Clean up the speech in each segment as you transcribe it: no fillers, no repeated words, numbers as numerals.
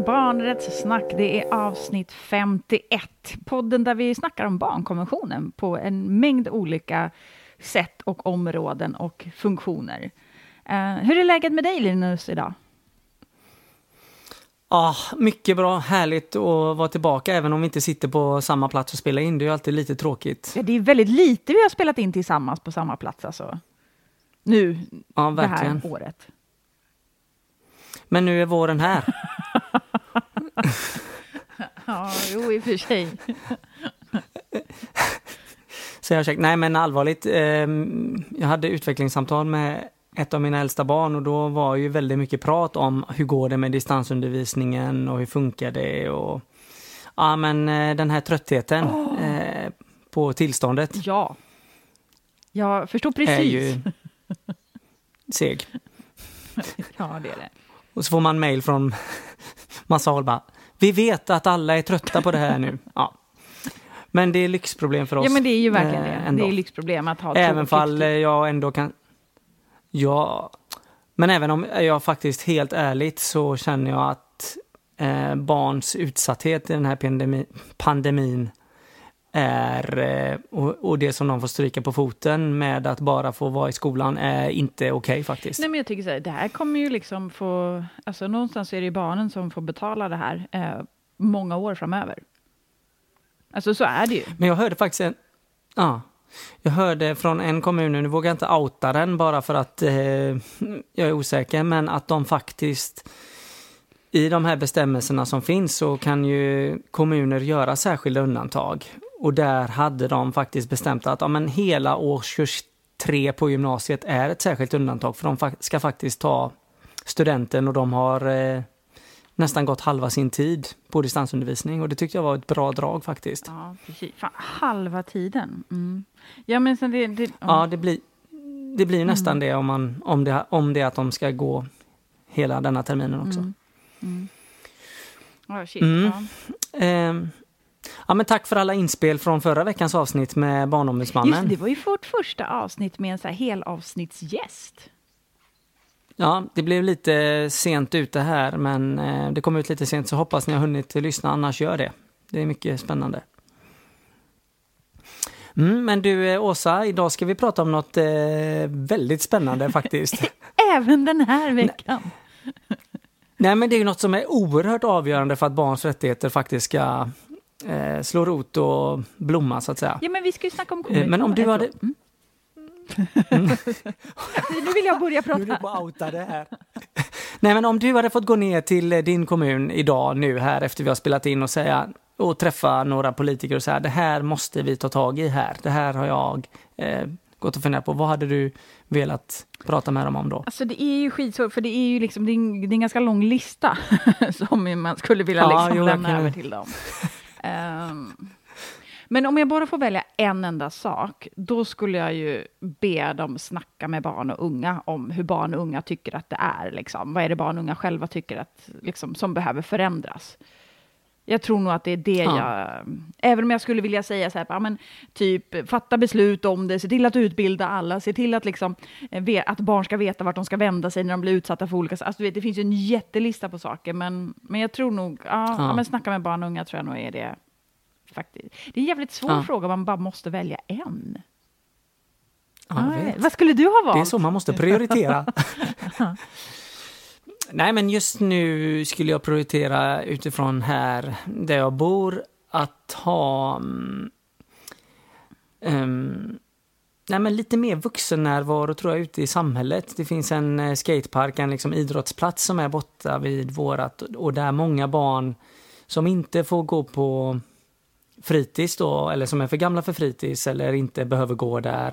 Barnrättssnack, det är avsnitt 51. Podden där vi snackar om barnkonventionen på en mängd olika sätt och områden och funktioner. Hur är läget med dig, Linus, idag? Ja, mycket bra. Härligt att vara tillbaka även om vi inte sitter på samma plats och spelar in. Det är ju alltid lite tråkigt. Ja, det är väldigt lite vi har spelat in tillsammans på samma plats alltså. Nu, ja, verkligen. Det här året. Men nu är våren här. Ja, jo, i och för sig. Så jag nej men allvarligt. Jag hade utvecklingssamtal med ett av mina äldsta barn och då var ju väldigt mycket prat om hur går det med distansundervisningen och hur funkar det och ja men den här tröttheten på tillståndet. Ja. Jag förstår precis. Är ju seg. Ja, det är det. Och så får man mejl från massa håll bara, vi vet att alla är trötta på det här nu. Ja. Men det är lyxproblem för oss. Ja, men det är ju verkligen det. Ändå. Det är lyxproblem att ha även fall jag ändå kan. Ja, men även om jag faktiskt helt ärligt så känner jag att barns utsatthet i den här pandemin är och det som de får stryka på foten med att bara få vara i skolan är inte okej faktiskt. Nej, men jag tycker så här, det här kommer ju liksom få, alltså någonstans är det barnen som får betala det här många år framöver. Alltså så är det ju. Men jag hörde faktiskt jag hörde från en kommun, nu vågar jag inte outa den bara för att jag är osäker, men att de faktiskt i de här bestämmelserna som finns så kan ju kommuner göra särskilda undantag. Och där hade de faktiskt bestämt att men hela årskurs 3 på gymnasiet är ett särskilt undantag för de ska faktiskt ta studenten och de har nästan gått halva sin tid på distansundervisning och det tyckte jag var ett bra drag faktiskt. Ja, precis. Fan, halva tiden. Mm. Ja, men sen Ja, det blir nästan det om det att de ska gå hela denna terminen också. Oh, shit. Ja. Ja, men tack för alla inspel från förra veckans avsnitt med Barnombudsmannen. Just det, var ju vårt första avsnitt med en så här helavsnittsgäst. Ja, det blev lite sent ute här, men det kom ut lite sent så hoppas ni har hunnit lyssna, annars gör det. Det är mycket spännande. Men du Åsa, idag ska vi prata om något väldigt spännande faktiskt. Även den här veckan. Nej, men det är ju något som är oerhört avgörande för att barns rättigheter faktiskt ska slå rot och blomma så att säga. Ja, men vi ska ju snacka om kommunikation. Men om du hade... Nu vill jag börja prata. Nu är du bara outa det här. Nej, men om du hade fått gå ner till din kommun idag nu här efter vi har spelat in och säga och träffa några politiker och säga det här måste vi ta tag i här. Det här har jag gått och funderat på. Vad hade du velat prata med dem om då? Alltså det är ju skitsvårt för det är ju liksom det är en ganska lång lista som man skulle vilja lämna över till dem. Men om jag bara får välja en enda sak, då skulle jag ju be dem snacka med barn och unga om hur barn och unga tycker att det är. Liksom. Vad är det barn och unga själva tycker att, liksom, som behöver förändras? Jag tror nog att det är det jag... Även om jag skulle vilja säga så här, men typ fatta beslut om det, se till att utbilda alla, se till att, liksom, att barn ska veta vart de ska vända sig när de blir utsatta för olika... Alltså, du vet, det finns ju en jättelista på saker, men jag tror nog... men snacka med barn och unga tror jag nog är det... Faktiskt. Det är en jävligt svår fråga, man bara måste välja en. Vad skulle du ha valt? Det är så man måste prioritera. Nej, men just nu skulle jag prioritera utifrån här där jag bor att ha men lite mer vuxennärvaro tror jag ute i samhället. Det finns en skatepark, en liksom idrottsplats som är borta vid vårat och där många barn som inte får gå på fritids då, eller som är för gamla för fritids eller inte behöver gå där.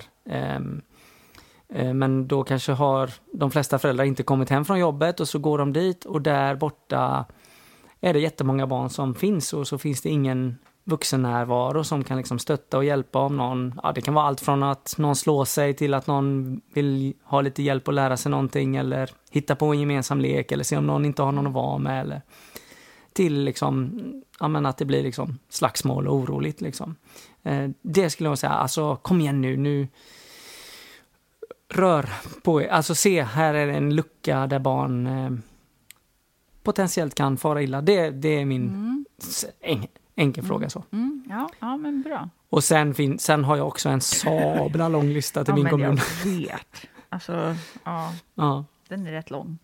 Men då kanske har de flesta föräldrar inte kommit hem från jobbet och så går de dit och där borta är det jättemånga barn som finns och så finns det ingen vuxennärvaro som kan liksom stötta och hjälpa om någon. Ja, det kan vara allt från att någon slår sig till att någon vill ha lite hjälp att lära sig någonting eller hitta på en gemensam lek eller se om någon inte har någon att vara med eller till liksom, att det blir liksom slagsmål och oroligt liksom. Det skulle jag säga, alltså kom igen nu rör på er. Alltså se, här är en lucka där barn potentiellt kan fara illa. Det är min enkel fråga så. Ja, men bra. Och sen har jag också en sabla lång lista till min kommun. Jag vet. Alltså, ja. Den är rätt lång.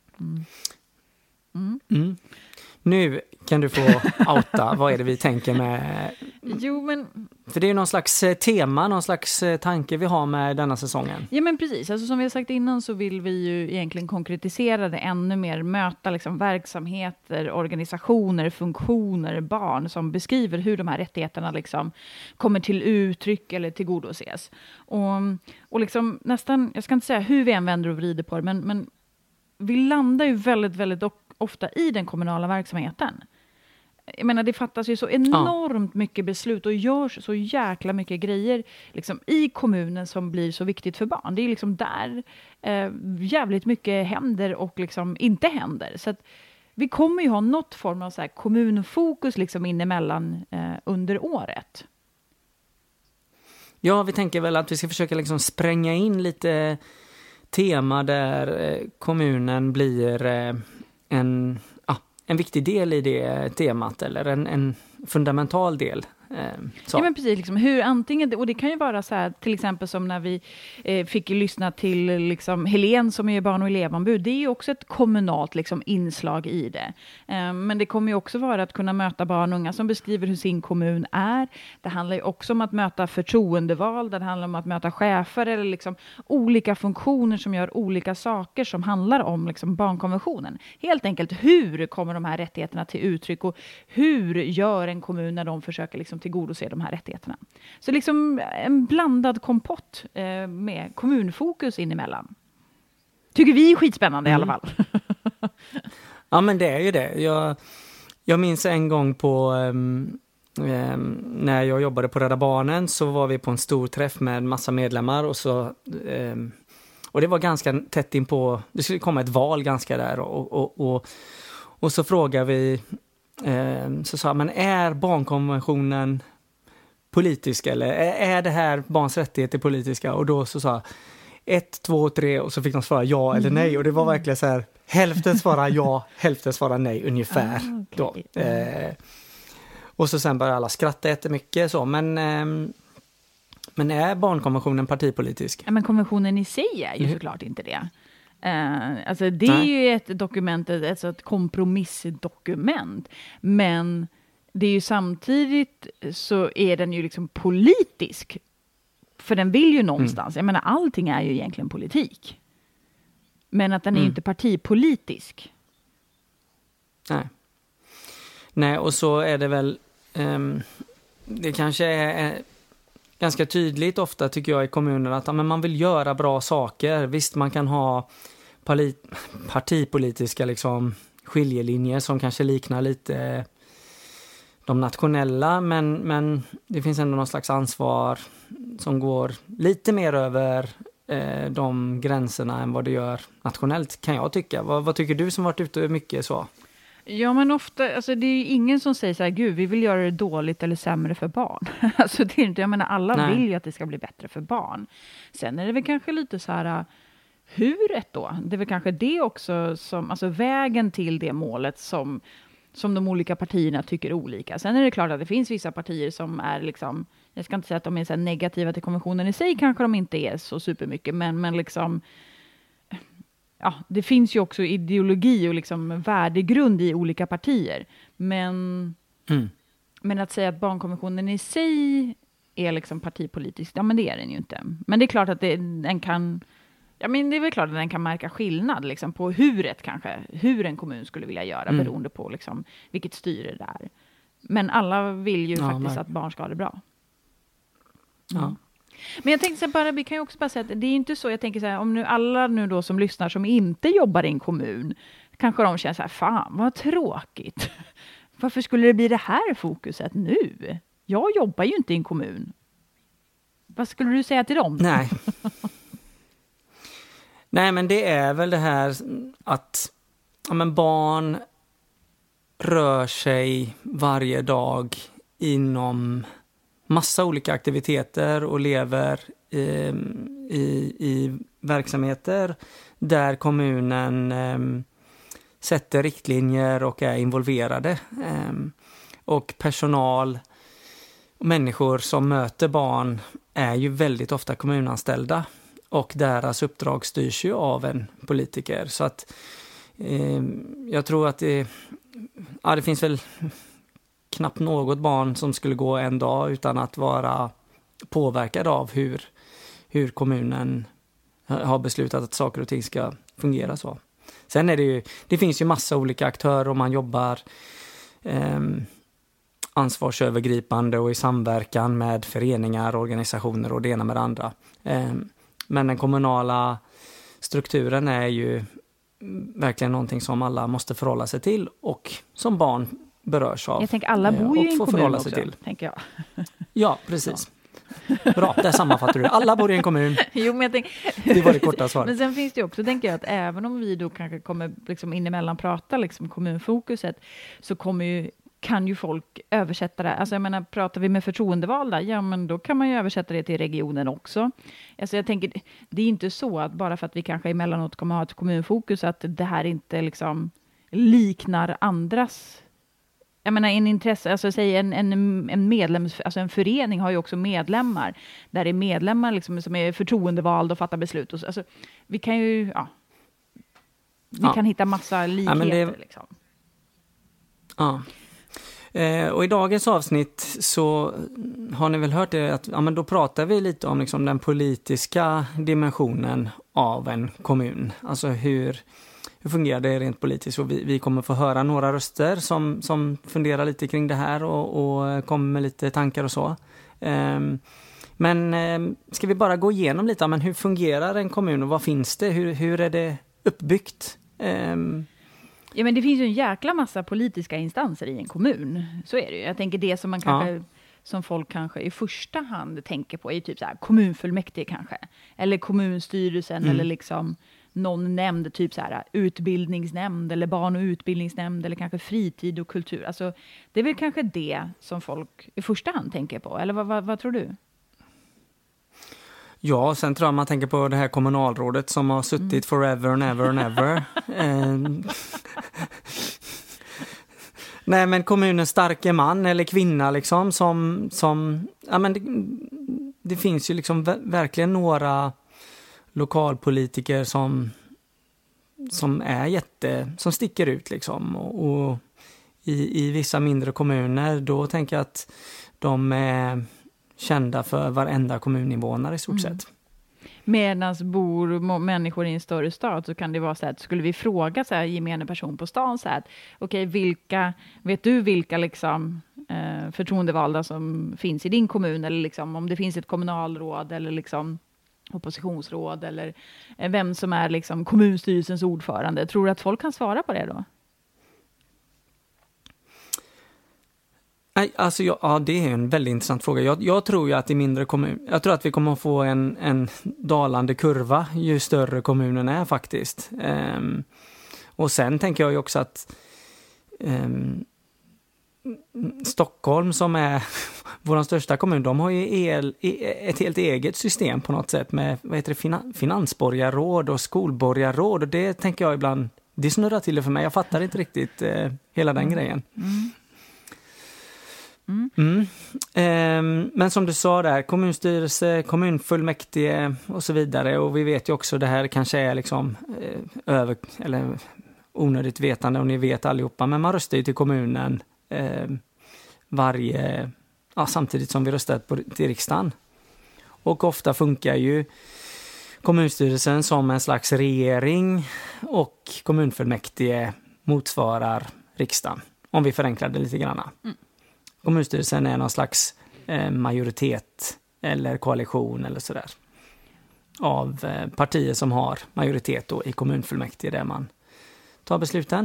Nu kan du få outa, vad är det vi tänker med? Jo, men... För det är ju någon slags tema, någon slags tanke vi har med denna säsongen. Ja, men precis. Alltså, som vi har sagt innan så vill vi ju egentligen konkretisera det ännu mer. Möta liksom verksamheter, organisationer, funktioner, barn som beskriver hur de här rättigheterna liksom kommer till uttryck eller tillgodoses. Och liksom nästan, jag ska inte säga hur vi än vänder och vrider på det, men vi landar ju väldigt, väldigt ofta i den kommunala verksamheten. Jag menar, det fattas ju så enormt mycket beslut och görs så jäkla mycket grejer liksom, i kommunen som blir så viktigt för barn. Det är liksom där jävligt mycket händer och liksom inte händer. Så att vi kommer ju ha något form av så här kommunfokus liksom inemellan under året. Ja, vi tänker väl att vi ska försöka liksom spränga in lite tema där kommunen blir en viktig del i det temat eller en fundamental del. Så. Ja, men precis. Liksom, hur antingen, och det kan ju vara så här, till exempel som när vi fick lyssna till liksom, Helen som är barn- och elevombud. Det är ju också ett kommunalt liksom, inslag i det. Men det kommer ju också vara att kunna möta barn och unga som beskriver hur sin kommun är. Det handlar ju också om att möta förtroendevalda. Det handlar om att möta chefer eller liksom, olika funktioner som gör olika saker som handlar om liksom, barnkonventionen. Helt enkelt, hur kommer de här rättigheterna till uttryck och hur gör en kommun när de försöker liksom, tillgodose de här rättigheterna. Så liksom en blandad kompott med kommunfokus inemellan. Tycker vi är skitspännande i alla fall. Ja, men det är ju det. Jag minns en gång på när jag jobbade på Rädda Barnen så var vi på en stor träff med massa medlemmar och så och det var ganska tätt in på, det skulle komma ett val ganska där och så frågade vi så sa men är barnkonventionen politisk eller är det här barns rättigheter politiska? Och då så sa 1, 2, 3 och så fick de svara ja eller nej och det var verkligen så här hälften svara ja, hälften svara nej ungefär. Då. Och så sen började alla skratta jättemycket så men är barnkonventionen partipolitisk? Ja, men konventionen i sig är ju såklart inte det. Alltså det är ju ett dokument, alltså ett kompromissdokument, men det är ju samtidigt så är den ju liksom politisk, för den vill ju någonstans, jag menar allting är ju egentligen politik, men att den är ju inte partipolitisk. Nej, och så är det väl det kanske är ganska tydligt ofta tycker jag i kommunerna att men man vill göra bra saker. Visst, man kan ha partipolitiska liksom, skiljelinjer som kanske liknar lite de nationella, men det finns ändå någon slags ansvar som går lite mer över de gränserna än vad det gör nationellt, kan jag tycka. Vad tycker du som varit ute mycket så? Ja, men ofta, alltså det är ju ingen som säger så här, gud, vi vill göra det dåligt eller sämre för barn. Alltså det är inte, jag menar, alla vill ju att det ska bli bättre för barn. Sen är det väl kanske lite så här, huret då? Det är väl kanske det också som, alltså vägen till det målet som de olika partierna tycker olika. Sen är det klart att det finns vissa partier som är liksom, jag ska inte säga att de är så här negativa till konventionen i sig, kanske de inte är så supermycket, men liksom ja, det finns ju också ideologi och liksom värdegrund i olika partier. Men att säga att barnkonventionen i sig är liksom partipolitisk, ja men det är den ju inte. Men det är klart att den kan, ja men det är väl klart att den kan märka skillnad liksom på hur en kommun skulle vilja göra beroende på liksom vilket styre det är. Men alla vill ju faktiskt att barn ska ha det bra. Ja. Men jag tänkte så här, bara, vi kan ju också bara säga att det är inte så, jag tänker så här, om nu alla nu då som lyssnar som inte jobbar i en kommun, kanske de känner så här, fan vad tråkigt. Varför skulle det bli det här fokuset nu? Jag jobbar ju inte i en kommun. Vad skulle du säga till dem? Nej, men det är väl det här att barn rör sig varje dag inom massa olika aktiviteter och lever i verksamheter där kommunen sätter riktlinjer och är involverade. Och personal och människor som möter barn är ju väldigt ofta kommunanställda. Och deras uppdrag styrs ju av en politiker. Så att jag tror att det finns väl knappt något barn som skulle gå en dag utan att vara påverkad av hur kommunen har beslutat att saker och ting ska fungera så. Sen är det finns ju massa olika aktörer och man jobbar ansvarsövergripande och i samverkan med föreningar, organisationer och det ena med det andra. Men den kommunala strukturen är ju verkligen någonting som alla måste förhålla sig till och som barn berörs av. Jag tänker alla bor ju i en kommun också, tänker jag. Ja, precis. Bra, där sammanfattar du. Alla bor i en kommun. Jo, men det var det korta svaret. Men sen finns det ju också, tänker jag, att även om vi då kanske kommer liksom in emellan prata liksom kommunfokuset, så kan ju folk översätta det. Alltså jag menar, pratar vi med förtroendevalda, ja men då kan man ju översätta det till regionen också. Alltså jag tänker, det är inte så att bara för att vi kanske emellanåt kommer ha ett kommunfokus att det här inte liksom liknar andras. Jag menar en intresse, alltså säg en medlems, alltså en förening har ju också medlemmar, där det är medlemmar liksom som är förtroendevalda och fattar beslut. Och alltså vi kan ju, vi kan hitta massa likheter liksom. Ja. Och i dagens avsnitt så har ni väl hört det att men då pratar vi lite om liksom den politiska dimensionen av en kommun. Alltså hur fungerar det rent politiskt? Och vi kommer få höra några röster som funderar lite kring det här och kommer med lite tankar och så. Men ska vi bara gå igenom lite, men hur fungerar en kommun och vad finns det? Hur är det uppbyggt? Ja, men det finns ju en jäkla massa politiska instanser i en kommun. Så är det ju. Jag tänker det som man kanske, som folk kanske i första hand tänker på är typ så här kommunfullmäktige kanske. Eller kommunstyrelsen eller liksom någon nämnd, typ så här utbildningsnämnd eller barn- och utbildningsnämnd eller kanske fritid och kultur. Alltså det är väl kanske det som folk i första hand tänker på. Eller vad tror du? Ja, sen tror jag man tänker på det här kommunalrådet som har suttit forever and ever and ever. Nej, men kommunens starke man eller kvinna liksom som ja men det finns ju liksom verkligen några lokalpolitiker som är som sticker ut liksom och i vissa mindre kommuner då tänker jag att de är kända för varenda kommuninvånare i stort sett. Medan bor människor i en större stad så kan det vara så att skulle vi fråga så här gemene person på stan så här okej, vet du vilka liksom förtroendevalda som finns i din kommun eller liksom om det finns ett kommunalråd eller liksom oppositionsråd eller vem som är liksom kommunstyrelsens ordförande. Tror du att folk kan svara på det då? Nej, alltså det är en väldigt intressant fråga. Jag tror ju att i mindre kommun, jag tror att vi kommer att få en dalande kurva ju större kommunen är faktiskt. Och sen tänker jag ju också att Stockholm som är vår största kommun, de har ju ett helt eget system på något sätt med finansborgarråd och skolborgarråd och det tänker jag ibland, det snurrar till det för mig. Jag fattar inte riktigt hela den grejen. Men som du sa där, kommunstyrelse, kommunfullmäktige och så vidare och vi vet ju också det här kanske är liksom eller onödigt vetande och ni vet allihopa, men man röstar ju till kommunen samtidigt som vi röstar till riksdagen. Och ofta funkar ju kommunstyrelsen som en slags regering och kommunfullmäktige motsvarar riksdagen, om vi förenklar det lite grann. Kommunstyrelsen är någon slags majoritet eller koalition eller sådär av partier som har majoritet då i kommunfullmäktige där man tar besluten.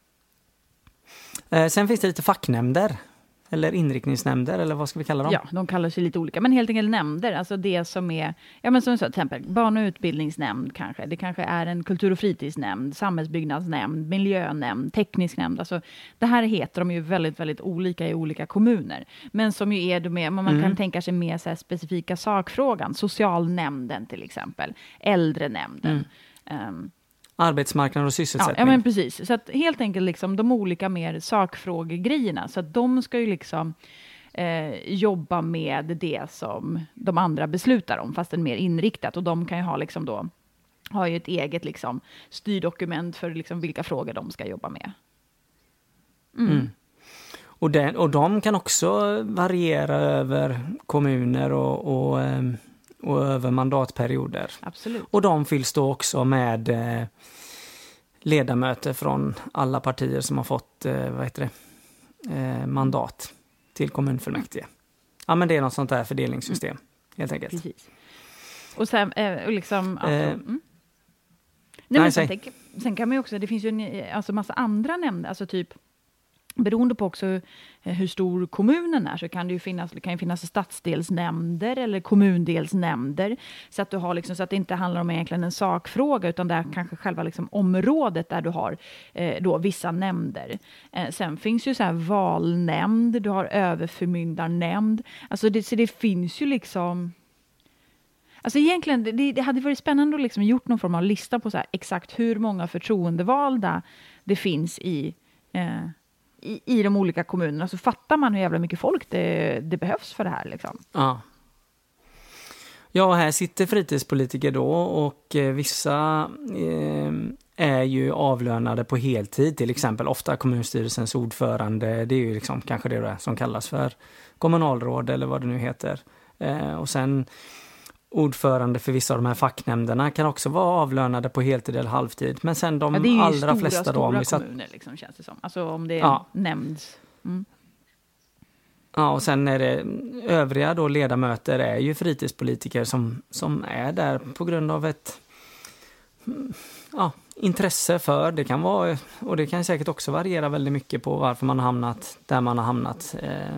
Sen finns det lite facknämnder eller inriktningsnämnder eller vad ska vi kalla dem? Ja, de kallar sig lite olika, men helt enkelt nämnder, alltså det som är, ja men som jag sa, till exempel barn- och utbildningsnämnd kanske, det kanske är en kultur- och fritidsnämnd, samhällsbyggnadsnämnd, miljönämnd, teknisk nämnd, alltså det här heter de ju väldigt, väldigt olika i olika kommuner, men som ju är med, man kan tänka sig mer så här specifika sakfrågan, socialnämnden till exempel, äldrenämnden. arbetsmarknad och sysselsättning. Ja, men precis. Så att helt enkelt liksom de olika mer sakfrågegrejerna. Så att de ska ju liksom jobba med det som de andra beslutar om, fast mer inriktat. Och de kan ju ha liksom då, har ju ett eget liksom styrdokument för liksom vilka frågor de ska jobba med. Och de kan också variera över kommuner och över mandatperioder. Absolut. Och de fylls då också med ledamöter från alla partier som har fått mandat till kommunfullmäktige. Ja, men det är något sånt där fördelningssystem, helt enkelt. Precis. Och sen liksom... Nej, men sen kan man ju också... Det finns ju alltså massa andra nämnder, alltså typ... Beroende på också hur stor kommunen är så kan det ju finnas stadsdelsnämnder eller kommundelsnämnder. Så att du har liksom, så att det inte handlar om egentligen en sakfråga utan det är kanske själva liksom området där du har då vissa nämnder. Sen finns ju så här valnämnd, du har överförmyndarnämnd. Alltså det finns ju liksom... Alltså egentligen, det hade varit spännande att liksom gjort någon form av lista på så här exakt hur många förtroendevalda det finns i de olika kommunerna, så fattar man hur jävla mycket folk det behövs för det här. Liksom. Ja, här sitter fritidspolitiker då och vissa är ju avlönade på heltid. Till exempel ofta kommunstyrelsens ordförande, det är ju liksom kanske det som kallas för kommunalråd eller vad det nu heter. Och sen ordförande för vissa av de här facknämnderna kan också vara avlönade på heltid eller halvtid. Men sen de allra flesta då... Det är ju stora kommuner liksom, känns det som. Alltså om det är nämnds... Ja, och sen är det övriga då ledamöter är ju fritidspolitiker som är där på grund av ett intresse för. Det kan vara, och det kan säkert också variera väldigt mycket på varför man har hamnat där man har hamnat.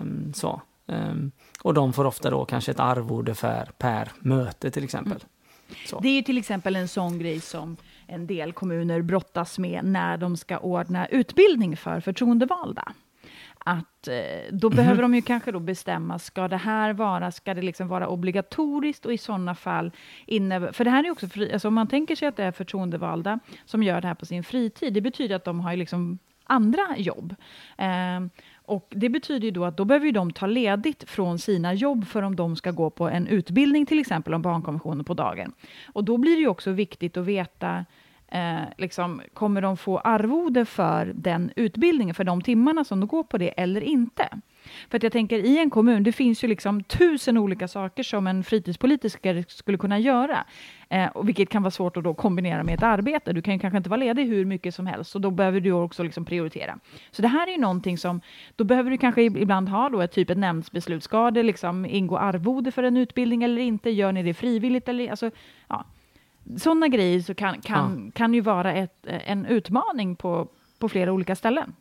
Och de får ofta då kanske ett arvode per möte till exempel. Så. Det är ju till exempel en sån grej som en del kommuner brottas med när de ska ordna utbildning för förtroendevalda. Att då behöver de ju kanske då bestämma, ska det liksom vara obligatoriskt och i sådana fall för det här är också alltså om man tänker sig att det är förtroendevalda som gör det här på sin fritid, det betyder att de har ju liksom andra jobb. Och det betyder ju då att då behöver ju de ta ledigt från sina jobb för om de ska gå på en utbildning till exempel om barnkonventionen på dagen. Och då blir det ju också viktigt att veta liksom, kommer de få arvode för den utbildningen, för de timmarna som de går på det eller inte. För att jag tänker i en kommun, det finns ju liksom 1000 olika saker som en fritidspolitiker skulle kunna göra. Och vilket kan vara svårt att då kombinera med ett arbete. Du kan ju kanske inte vara ledig hur mycket som helst. Och då behöver du också liksom prioritera. Så det här är ju någonting som, då behöver du kanske ibland ha då ett nämndsbeslut. Ska det liksom ingå arvode för en utbildning eller inte? Gör ni det frivilligt? Eller, alltså, ja. Sådana grejer så kan ju vara en utmaning på flera olika ställen.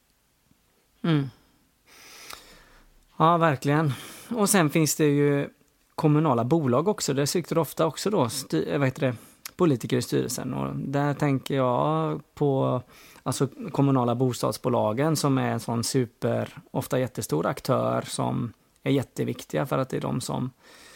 Ja, verkligen. Och sen finns det ju kommunala bolag också. Där sitter ofta också då politiker i styrelsen. Och där tänker jag på alltså kommunala bostadsbolagen som är en sån ofta jättestor aktör som är jätteviktiga för att det är de som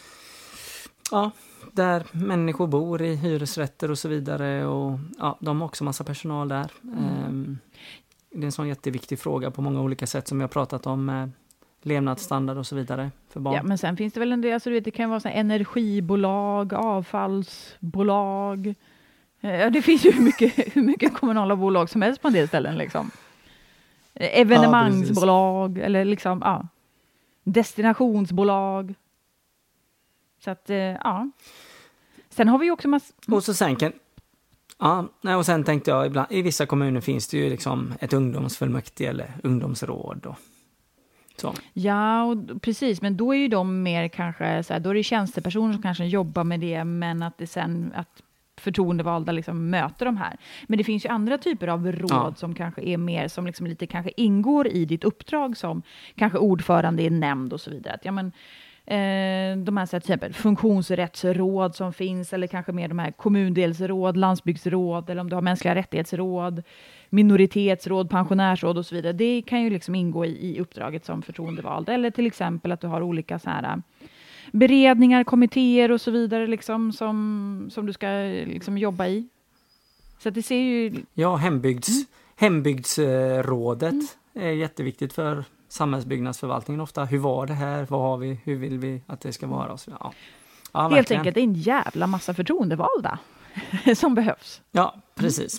där människor bor i hyresrätter och så vidare. Och de har också massa personal där. Det är en sån jätteviktig fråga på många olika sätt som jag har pratat om. Levnadsstandard och så vidare för barn. Ja, men sen finns det väl en del, alltså, det kan vara så här energibolag, avfallsbolag. Det finns ju hur mycket kommunala bolag som helst på en del ställen. Liksom. Evenemangsbolag eller liksom, destinationsbolag. Så att, Sen har vi ju också Och så sen tänkte jag ibland, i vissa kommuner finns det ju liksom ett ungdomsfullmäktige eller ungdomsråd och så. Ja, och precis, men då är ju de mer kanske så här, då är det tjänstepersoner som kanske jobbar med det, men att det sen att förtroendevalda liksom möter de här. Men det finns ju andra typer av råd som kanske är mer som liksom lite kanske ingår i ditt uppdrag som kanske ordförande i en nämnd och så vidare. Att, de här till exempel funktionsrättsråd som finns, eller kanske mer de här kommundelsråd, landsbygdsråd, eller om du har mänskliga rättighetsråd, minoritetsråd, pensionärsråd och så vidare. Det kan ju liksom ingå i uppdraget som förtroendevald. Eller till exempel att du har olika så här beredningar, kommittéer och så vidare liksom, som du ska liksom jobba i. Så att det ser ju... Ja, hembygdsrådet är jätteviktigt för samhällsbyggnadsförvaltningen ofta. Hur var det här? Vad har vi? Hur vill vi att det ska vara? Och så, ja. Ja, helt enkelt, det är en jävla massa förtroendevalda som behövs. Ja, precis.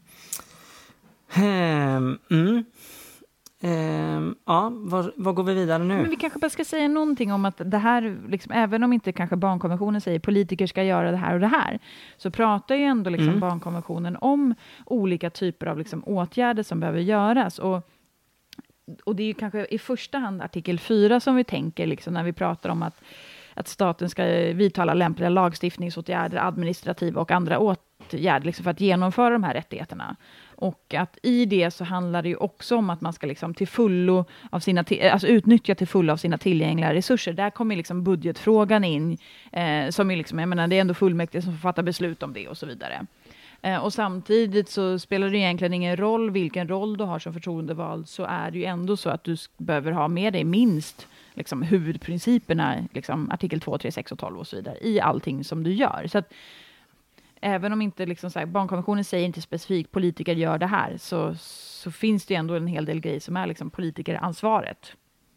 Ja, vad går vi vidare nu? Men vi kanske bara ska säga någonting om att det här, liksom, även om inte kanske barnkonventionen säger politiker ska göra det här och det här, så pratar ju ändå liksom barnkonventionen om olika typer av liksom åtgärder som behöver göras. Och det är ju kanske i första hand artikel 4 som vi tänker liksom, när vi pratar om att staten ska vidta alla lämpliga lagstiftningsåtgärder, administrativa och andra åtgärder liksom, för att genomföra de här rättigheterna. Och att i det så handlar det ju också om att man ska liksom till fullo av sina utnyttja till fullo av sina tillgängliga resurser. Där kommer liksom budgetfrågan in, som är liksom, jag menar, det är ändå fullmäktige som får fatta beslut om det och så vidare. Och samtidigt så spelar det egentligen ingen roll vilken roll du har som förtroendevald, så är det ju ändå så att du behöver ha med dig minst liksom huvudprinciperna, liksom artikel 2, 3, 6 och 12 och så vidare i allting som du gör. Så att även om inte liksom så här, barnkonventionen säger inte specifikt politiker gör det här, så finns det ändå en hel del grejer som är liksom politikeransvaret.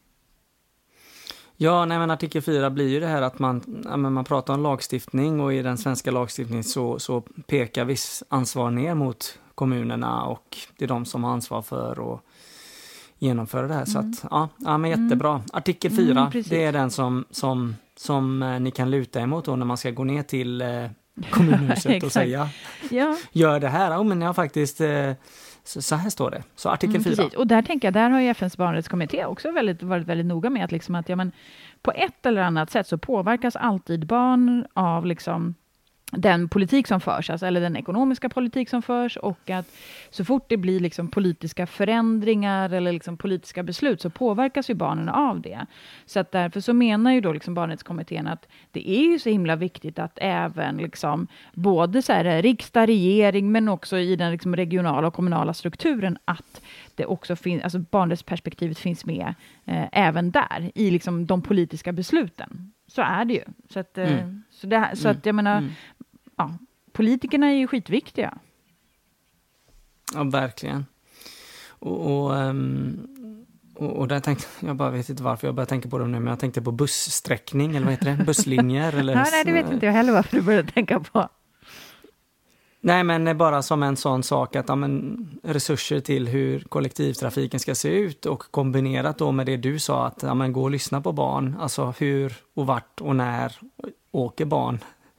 Ja, nej, men artikel 4 blir ju det här att man pratar om lagstiftning, och i den svenska lagstiftningen så pekar viss ansvar ner mot kommunerna, och det är de som har ansvar för att genomföra det här. Så att, ja men jättebra. Artikel 4, det är den som ni kan luta emot då när man ska gå ner till kommunhuset och säga gör det här. Men jag har faktiskt... Så här står det. Så artikel 4. Precis. Och där tänker jag, där har ju FNs barnrättskommitté också varit väldigt noga med att, liksom att på ett eller annat sätt så påverkas alltid barn av liksom den politik som förs, alltså, eller den ekonomiska politik som förs, och att så fort det blir liksom politiska förändringar eller liksom politiska beslut så påverkas ju barnen av det. Så att därför så menar ju då liksom barnrättskommittén att det är ju så himla viktigt att även liksom både så här, riksdag, regering, men också i den liksom regionala och kommunala strukturen, att det också finns, alltså barnrättsperspektivet finns med även där i liksom de politiska besluten. Så är det ju. Så att jag menar, ja, politikerna är ju skitviktiga. Ja, verkligen. Och där tänkte jag, bara vet inte varför jag började tänka på dem nu, men jag tänkte på busssträckning, eller vad heter det? Busslinjer? Eller, nej, det vet inte jag heller varför du började tänka på. Nej, men bara som en sån sak att resurser till hur kollektivtrafiken ska se ut, och kombinerat då med det du sa att gå och lyssna på barn, alltså hur och vart och när åker barn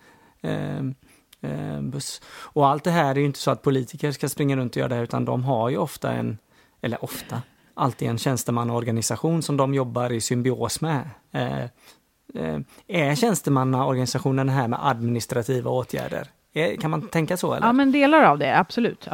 buss. Och allt det här är ju inte så att politiker ska springa runt och göra det här, utan de har ju alltid en tjänstemannaorganisation som de jobbar i symbios med. Är tjänstemannaorganisationen här med administrativa åtgärder? Kan man tänka så, eller? Ja, men delar av det, absolut.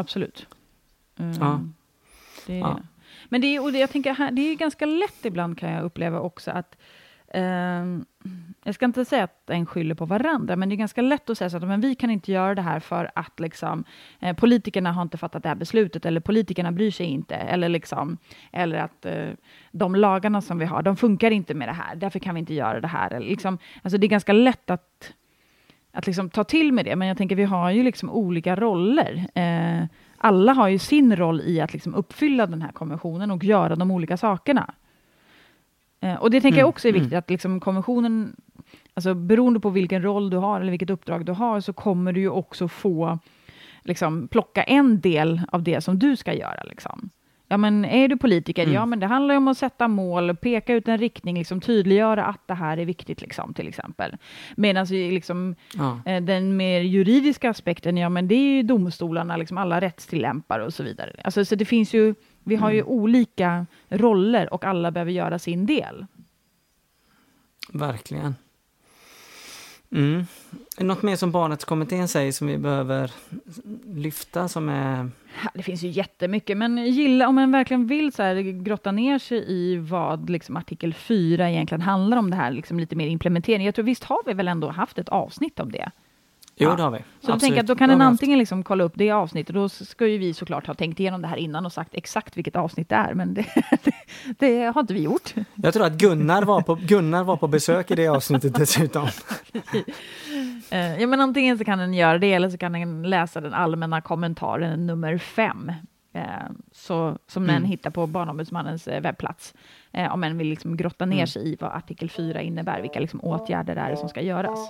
Men jag tänker här, det är ganska lätt ibland, kan jag uppleva också, att jag ska inte säga att en skyller på varandra, men det är ganska lätt att säga så att men vi kan inte göra det här för att liksom, politikerna har inte fattat det här beslutet, eller politikerna bryr sig inte, eller att de lagarna som vi har, de funkar inte med det här, därför kan vi inte göra det här. Eller liksom, alltså det är ganska lätt att liksom ta till med det, men jag tänker vi har ju liksom olika roller. Alla har ju sin roll i att liksom uppfylla den här konventionen och göra de olika sakerna. Och det tänker jag också är viktigt, att liksom konventionen, alltså beroende på vilken roll du har eller vilket uppdrag du har, så kommer du ju också få liksom plocka en del av det som du ska göra liksom. Ja, men är du politiker? Ja, men det handlar ju om att sätta mål, peka ut en riktning, liksom tydliggöra att det här är viktigt liksom, till exempel. Medan liksom, den mer juridiska aspekten, ja, men det är ju domstolarna, liksom alla rättstillämpare och så vidare. Alltså, så det finns ju, vi har ju olika roller och alla behöver göra sin del. Verkligen. Är det något mer som barnrättskommittén säger som vi behöver lyfta som är... Det finns ju jättemycket, men om man verkligen vill så här, grotta ner sig i vad liksom, artikel 4 egentligen handlar om, det här liksom, lite mer implementering. Jag tror visst har vi väl ändå haft ett avsnitt om det. Jo, det har vi. Så jag tänker att då kan en antingen liksom kolla upp det avsnittet, och då ska ju vi såklart ha tänkt igenom det här innan och sagt exakt vilket avsnitt det är, men det har inte vi gjort. Jag tror att Gunnar var på besök i det avsnittet dessutom. Ja, men antingen så kan den göra det eller så kan den läsa den allmänna kommentaren nummer 5. Som den hittar på Barnombudsmannens webbplats. Om en vill liksom grotta ner sig i vad artikel 4 innebär, vilka liksom åtgärder det är som ska göras.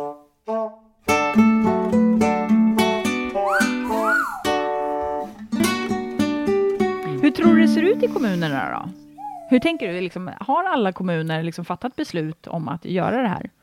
Hur tror du det ser ut i kommunerna då? Hur tänker du? Liksom, har alla kommuner liksom fattat beslut om att göra det här?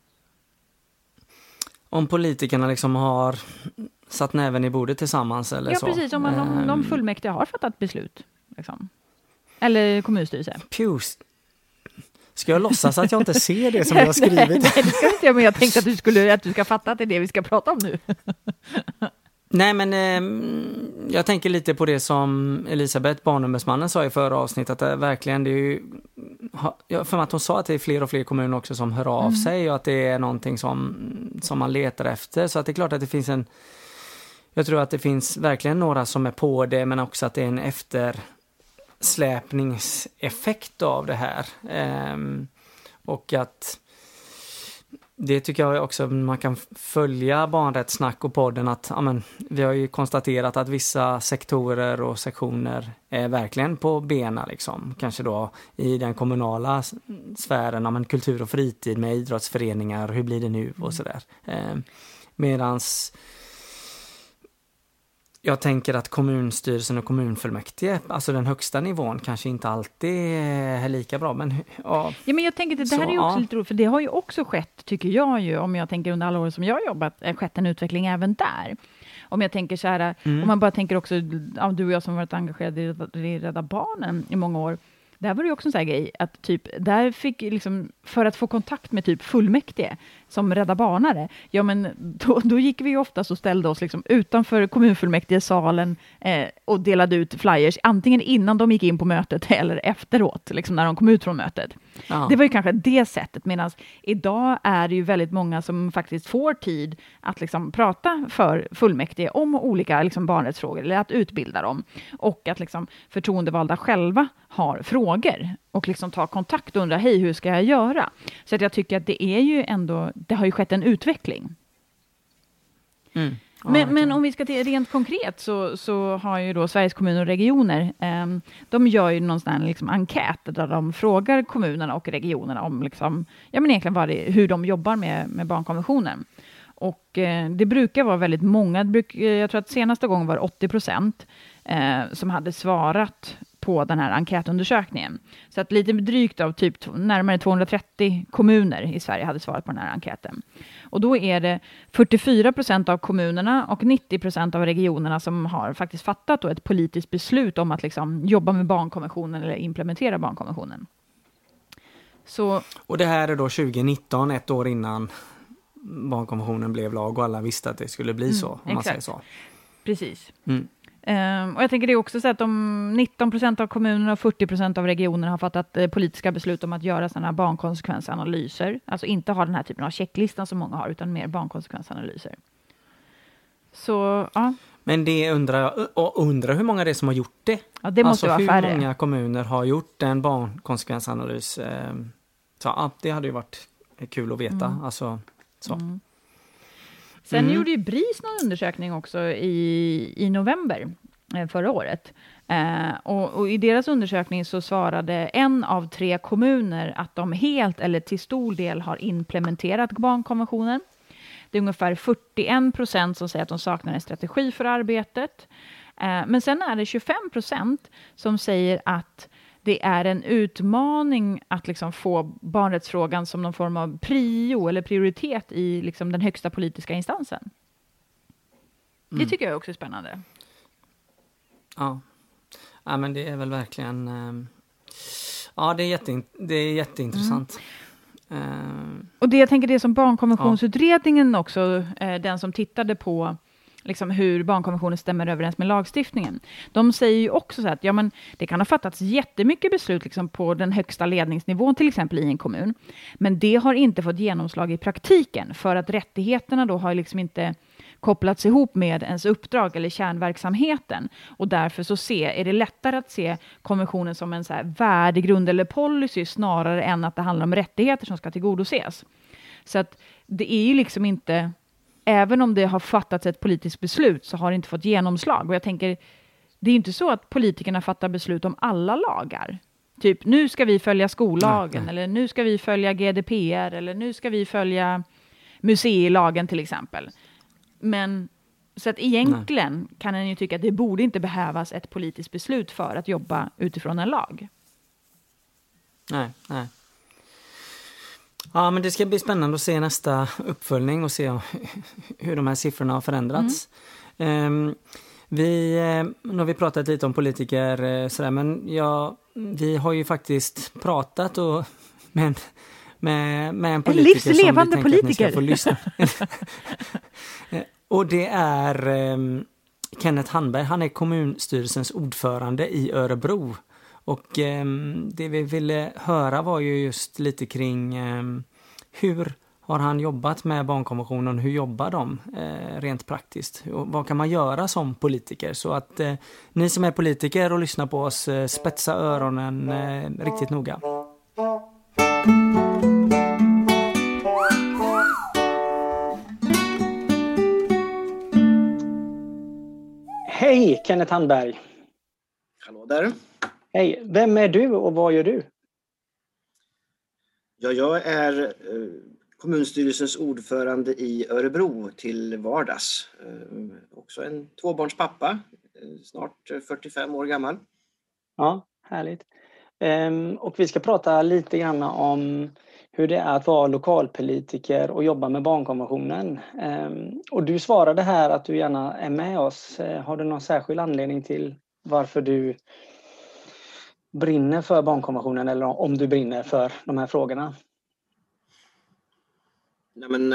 Om politikerna liksom har satt näven i bordet tillsammans eller så? Ja, precis. Om de fullmäktige har fattat beslut. Liksom. Eller kommunstyrelse. Pjus. Ska jag låtsas att jag inte ser det som jag har skrivit? Nej, det ska inte jag, men jag tänkte att du ska fatta att det är det vi ska prata om nu. Nej, men jag tänker lite på det som Elisabeth, Barnombudsmannen, sa i förra avsnittet. Att det verkligen, det är ju, för att hon sa att det är fler och fler kommuner också som hör av sig och att det är någonting som man letar efter. Så att det är klart att det finns jag tror att det finns verkligen några som är på det, men också att det är en eftersläpningseffekt av det här. Och att det tycker jag också man kan följa Barnrättssnack och podden att vi har ju konstaterat att vissa sektorer och sektioner är verkligen på bena liksom. Kanske då i den kommunala sfären, kultur och fritid med idrottsföreningar, hur blir det nu och sådär. Medans jag tänker att kommunstyrelsen och kommunfullmäktige, alltså den högsta nivån, kanske inte alltid är lika bra. Men, ja, men jag tänker att det här är ju också lite roligt, för det har ju också skett, tycker jag ju, om jag tänker under alla år som jag har jobbat, skett en utveckling även där. Om jag tänker så här, om man bara tänker också, du och jag som varit engagerade i Rädda Barnen i många år, där var det ju också en sån här grej att typ, där fick liksom, för att få kontakt med typ fullmäktige som Rädda Barnare, ja men då gick vi ju oftast och ställde oss liksom utanför kommunfullmäktigesalen och delade ut flyers, antingen innan de gick in på mötet eller efteråt, liksom när de kom ut från mötet. Ja. Det var ju kanske det sättet, medan idag är det ju väldigt många som faktiskt får tid att liksom prata för fullmäktige om olika liksom barnrättsfrågor, eller att utbilda dem, och att liksom förtroendevalda själva har frågor och liksom tar kontakt och undrar, hej, hur ska jag göra? Så att jag tycker att det är ju ändå, det har ju skett en utveckling. Ja, men om vi ska till rent konkret så har ju då Sveriges kommuner och regioner, de gör ju någon sån här liksom enkät där de frågar kommunerna och regionerna om liksom, egentligen hur de jobbar med barnkonventionen. Och det brukar vara väldigt många, jag tror att senaste gången var 80% som hade svarat på den här enkätundersökningen. Så att lite drygt av typ närmare 230 kommuner i Sverige hade svarat på den här enkäten. Och då är det 44% av kommunerna och 90% av regionerna som har faktiskt fattat då ett politiskt beslut om att liksom jobba med barnkonventionen eller implementera barnkonventionen. Så, och det här är då 2019, ett år innan barnkonventionen blev lag och alla visste att det skulle bli så, om man säger så. Precis. Och jag tänker det är också så att 19% av kommunerna och 40% av regionerna har fattat politiska beslut om att göra sådana här barnkonsekvensanalyser. Alltså inte ha den här typen av checklistan som många har, utan mer barnkonsekvensanalyser. Så, ja. Men det undrar hur många det är som har gjort det. Ja, det måste vara färre. Hur många kommuner har gjort en barnkonsekvensanalys? Så ja, det hade ju varit kul att veta. Alltså, så. Sen gjorde ju BRIS någon undersökning också i november förra året. Och i deras undersökning så svarade 1 av 3 kommuner att de helt eller till stor del har implementerat barnkonventionen. Det är ungefär 41% som säger att de saknar en strategi för arbetet. Men sen är det 25% som säger att det är en utmaning att liksom få barnrättsfrågan som någon form av prio eller prioritet i liksom den högsta politiska instansen. Det tycker jag också är spännande. Ja, men det är väl verkligen... Ja, det är jätteintressant. Och det jag tänker, det som barnkonventionsutredningen också, den som tittade på liksom hur barnkonventionen stämmer överens med lagstiftningen. De säger ju också så att det kan ha fattats jättemycket beslut liksom på den högsta ledningsnivån, till exempel i en kommun. Men det har inte fått genomslag i praktiken, för att rättigheterna då har liksom inte kopplats ihop med ens uppdrag eller kärnverksamheten. Och därför så är det lättare att se konventionen som en så här värdegrund eller policy snarare än att det handlar om rättigheter som ska tillgodoses. Så att det är ju liksom inte, även om det har fattats ett politiskt beslut så har det inte fått genomslag. Och jag tänker, det är inte så att politikerna fattar beslut om alla lagar. Typ, nu ska vi följa skollagen, eller nu ska vi följa GDPR, eller nu ska vi följa museilagen till exempel. Men så att egentligen kan en ju tycka att det borde inte behövas ett politiskt beslut för att jobba utifrån en lag. Nej. Ja, men det ska bli spännande att se nästa uppföljning och se hur de här siffrorna har förändrats. Nu har vi pratat lite om politiker sådär, men vi har ju faktiskt pratat med en politiker livslevande som vi tänker politiker. att ni ska få lyssna. Och det är Kenneth Handberg. Han är kommunstyrelsens ordförande i Örebro. Och det vi ville höra var ju just lite kring hur har han jobbat med barnkonventionen, hur jobbar de rent praktiskt? Och vad kan man göra som politiker? Så att ni som är politiker och lyssnar på oss, spetsa öronen riktigt noga. Hej, Kenneth Handberg. Hallå där. Hej, vem är du och vad gör du? Ja, jag är kommunstyrelsens ordförande i Örebro till vardags. Också en tvåbarnspappa, snart 45 år gammal. Ja, härligt. Och vi ska prata lite grann om hur det är att vara lokalpolitiker och jobba med barnkonventionen. Och du svarade här att du gärna är med oss. Har du någon särskild anledning till varför du brinner för barnkonventionen, eller om du brinner för de här frågorna? Nej, men,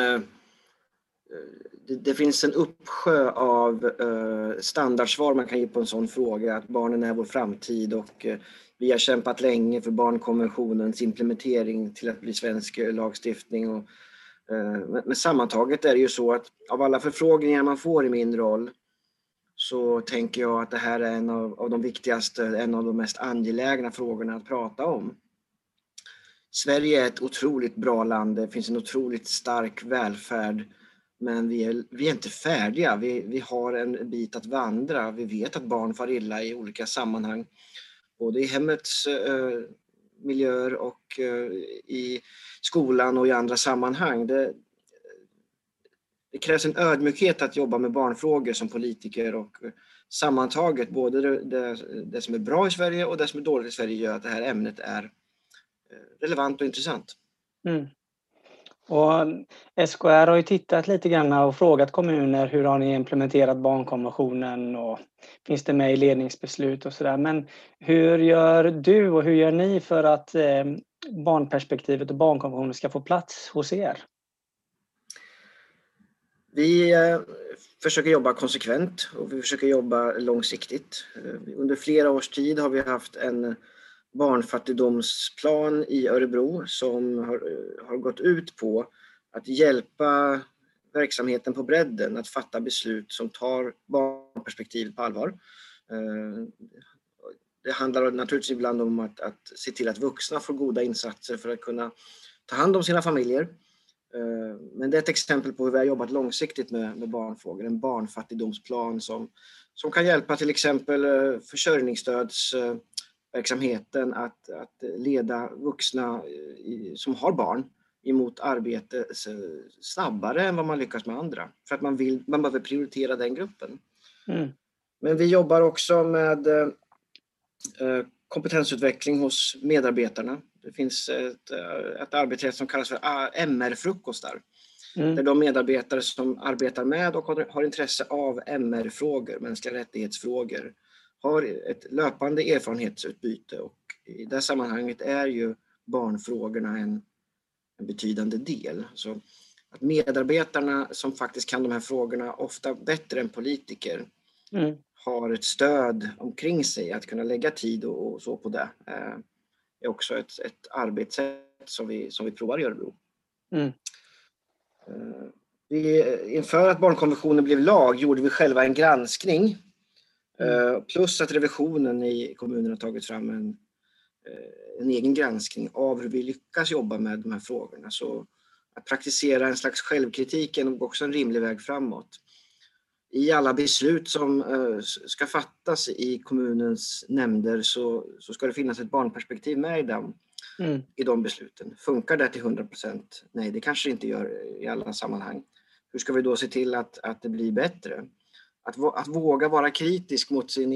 det finns en uppsjö av standardsvar man kan ge på en sån fråga, att barnen är vår framtid, och vi har kämpat länge för barnkonventionens implementering till att bli svensk lagstiftning. Och, men sammantaget är det ju så att av alla förfrågningar man får i min roll så tänker jag att det här är en av de viktigaste, en av de mest angelägna frågorna att prata om. Sverige är ett otroligt bra land, det finns en otroligt stark välfärd, men vi är inte färdiga. Vi har en bit att vandra. Vi vet att barn far illa i olika sammanhang, både i hemmets miljöer och i skolan och i andra sammanhang. Det krävs en ödmjukhet att jobba med barnfrågor som politiker, och sammantaget både det som är bra i Sverige och det som är dåligt i Sverige gör att det här ämnet är relevant och intressant. Mm. Och SKR har ju tittat lite grann och frågat kommuner hur har ni implementerat barnkonventionen och finns det med i ledningsbeslut och sådär. Men hur gör du och hur gör ni för att barnperspektivet och barnkonventionen ska få plats hos er? Vi försöker jobba konsekvent och vi försöker jobba långsiktigt. Under flera års tid har vi haft en barnfattigdomsplan i Örebro som har gått ut på att hjälpa verksamheten på bredden att fatta beslut som tar barnperspektivet på allvar. Det handlar naturligtvis ibland om att se till att vuxna får goda insatser för att kunna ta hand om sina familjer. Men det är ett exempel på hur vi har jobbat långsiktigt med barnfrågor. En barnfattigdomsplan som kan hjälpa till exempel försörjningsstödsverksamheten att leda vuxna som har barn emot arbete snabbare än vad man lyckas med andra. För att man behöver prioritera den gruppen. Mm. Men vi jobbar också med kompetensutveckling hos medarbetarna. Det finns ett arbete som kallas för MR-frukostar. Där de medarbetare som arbetar med och har intresse av MR-frågor, mänskliga rättighetsfrågor, har ett löpande erfarenhetsutbyte. Och i det sammanhanget är ju barnfrågorna en betydande del. Så att medarbetarna som faktiskt kan de här frågorna ofta bättre än politiker har ett stöd omkring sig att kunna lägga tid och så på det. Är också ett arbetssätt som vi provar i Örebro. Inför att barnkonventionen blev lag gjorde vi själva en granskning. Plus att revisionen i kommunen har tagit fram en egen granskning av hur vi lyckas jobba med de här frågorna. Så Att praktisera en slags självkritik är nog också en rimlig väg framåt. I alla beslut som ska fattas i kommunens nämnder så ska det finnas ett barnperspektiv med i de besluten. Funkar det till 100%? Nej, det kanske det inte gör i alla sammanhang. Hur ska vi då se till att det blir bättre? Att våga vara kritisk mot sitt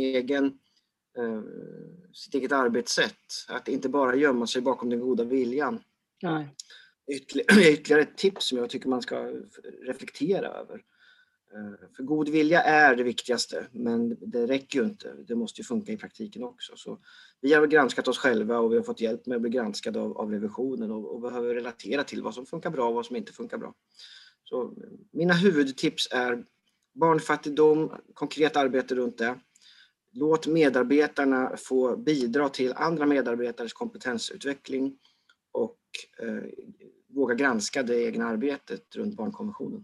eget arbetssätt. Att inte bara gömma sig bakom den goda viljan. Nej. Ytterligare ett tips som jag tycker man ska reflektera över. För god vilja är det viktigaste, men det räcker ju inte. Det måste ju funka i praktiken också. Så vi har granskat oss själva och vi har fått hjälp med att bli granskade av revisionen och behöver relatera till vad som funkar bra och vad som inte funkar bra. Så mina huvudtips är barnfattigdom, konkret arbete runt det. Låt medarbetarna få bidra till andra medarbetares kompetensutveckling och våga granska det egna arbetet runt barnkonventionen.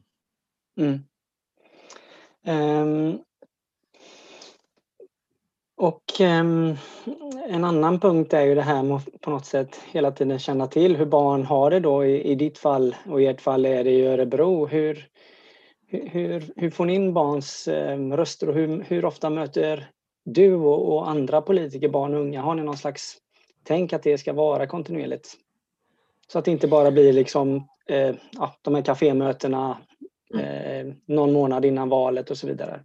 En annan punkt är ju det här med att på något sätt hela tiden känna till hur barn har det då. I ditt fall och i ert fall är det i Örebro. Hur får ni in barns röster och hur ofta möter du och andra politiker barn och unga? Har ni någon slags tänk att det ska vara kontinuerligt? Så att det inte bara blir liksom de här kafémötena någon månad innan valet och så vidare.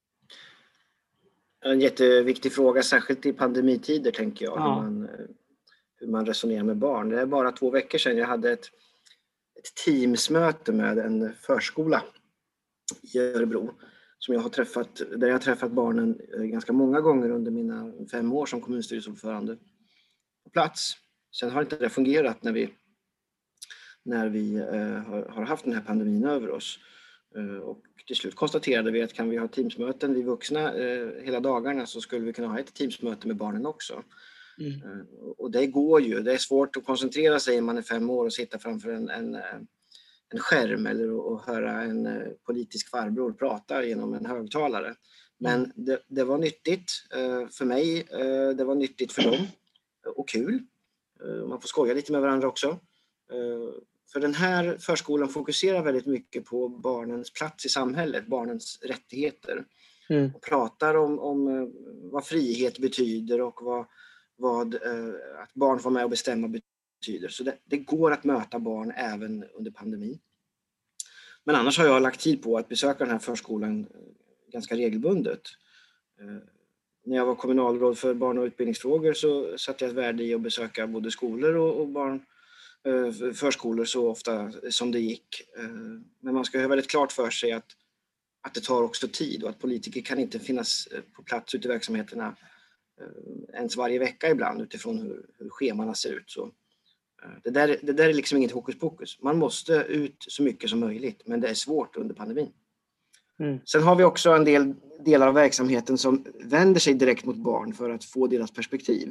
En jätteviktig fråga, särskilt i pandemitider tänker jag, Ja. hur man resonerar med barn. Det är bara 2 veckor sedan jag hade ett teamsmöte med en förskola i Örebro som jag har träffat, där jag har träffat barnen ganska många gånger under mina 5 år som kommunstyrelseordförande på plats. Sen har inte det fungerat när vi har haft den här pandemin över oss. Och till slut konstaterade vi att kan vi ha teamsmöten, vi vuxna hela dagarna, så skulle vi kunna ha ett teamsmöte med barnen också. Och det går ju, det är svårt att koncentrera sig när man är 5 år och sitta framför en skärm eller att höra en politisk farbror prata genom en högtalare. Men det var nyttigt för mig, det var nyttigt för dem och kul. Man får skoja lite med varandra också. För den här förskolan fokuserar väldigt mycket på barnens plats i samhället, barnens rättigheter. Och pratar om vad frihet betyder och vad att barn får med och bestämma betyder. Så det går att möta barn även under pandemin. Men annars har jag lagt tid på att besöka den här förskolan ganska regelbundet. När jag var kommunalråd för barn- och utbildningsfrågor så satte jag ett värde i att besöka både skolor och förskolor så ofta som det gick. Men man ska ha väldigt klart för sig att det tar också tid och att politiker kan inte finnas på plats ute i verksamheterna ens varje vecka ibland utifrån hur schemarna ser ut. Så det där är liksom inget hokus pokus. Man måste ut så mycket som möjligt, men det är svårt under pandemin. Sen har vi också en del delar av verksamheten som vänder sig direkt mot barn för att få deras perspektiv.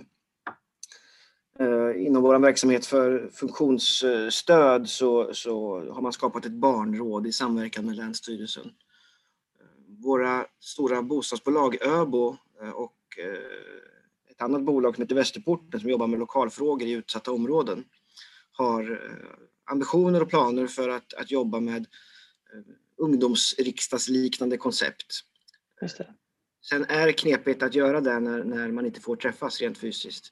Inom vår verksamhet för funktionsstöd så har man skapat ett barnråd i samverkan med Länsstyrelsen. Våra stora bostadsbolag Öbo och ett annat bolag som heter Västerporten som jobbar med lokalfrågor i utsatta områden har ambitioner och planer för att jobba med ungdomsriksdagsliknande koncept. Just det. Sen är det knepigt att göra det när man inte får träffas rent fysiskt.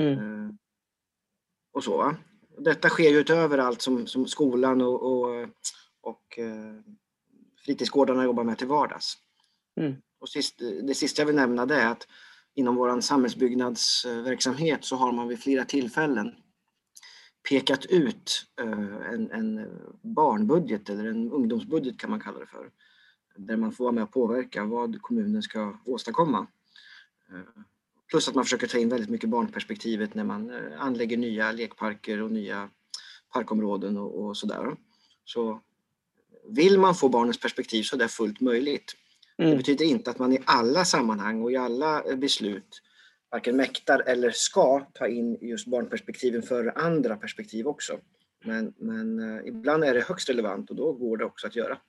Och så, va? Detta sker ju utöver allt som skolan och fritidsgårdarna jobbar med till vardags. Och det sista jag vill nämna det är att inom vår samhällsbyggnadsverksamhet så har man vid flera tillfällen pekat ut en barnbudget eller en ungdomsbudget kan man kalla det för. Där man får vara med och påverka vad kommunen ska åstadkomma. Plus att man försöker ta in väldigt mycket barnperspektivet när man anlägger nya lekparker och nya parkområden och sådär. Så vill man få barnens perspektiv så är det fullt möjligt. Det betyder inte att man i alla sammanhang och i alla beslut varken mäktar eller ska ta in just barnperspektiven för andra perspektiv också. Men ibland är det högst relevant och då går det också att göra.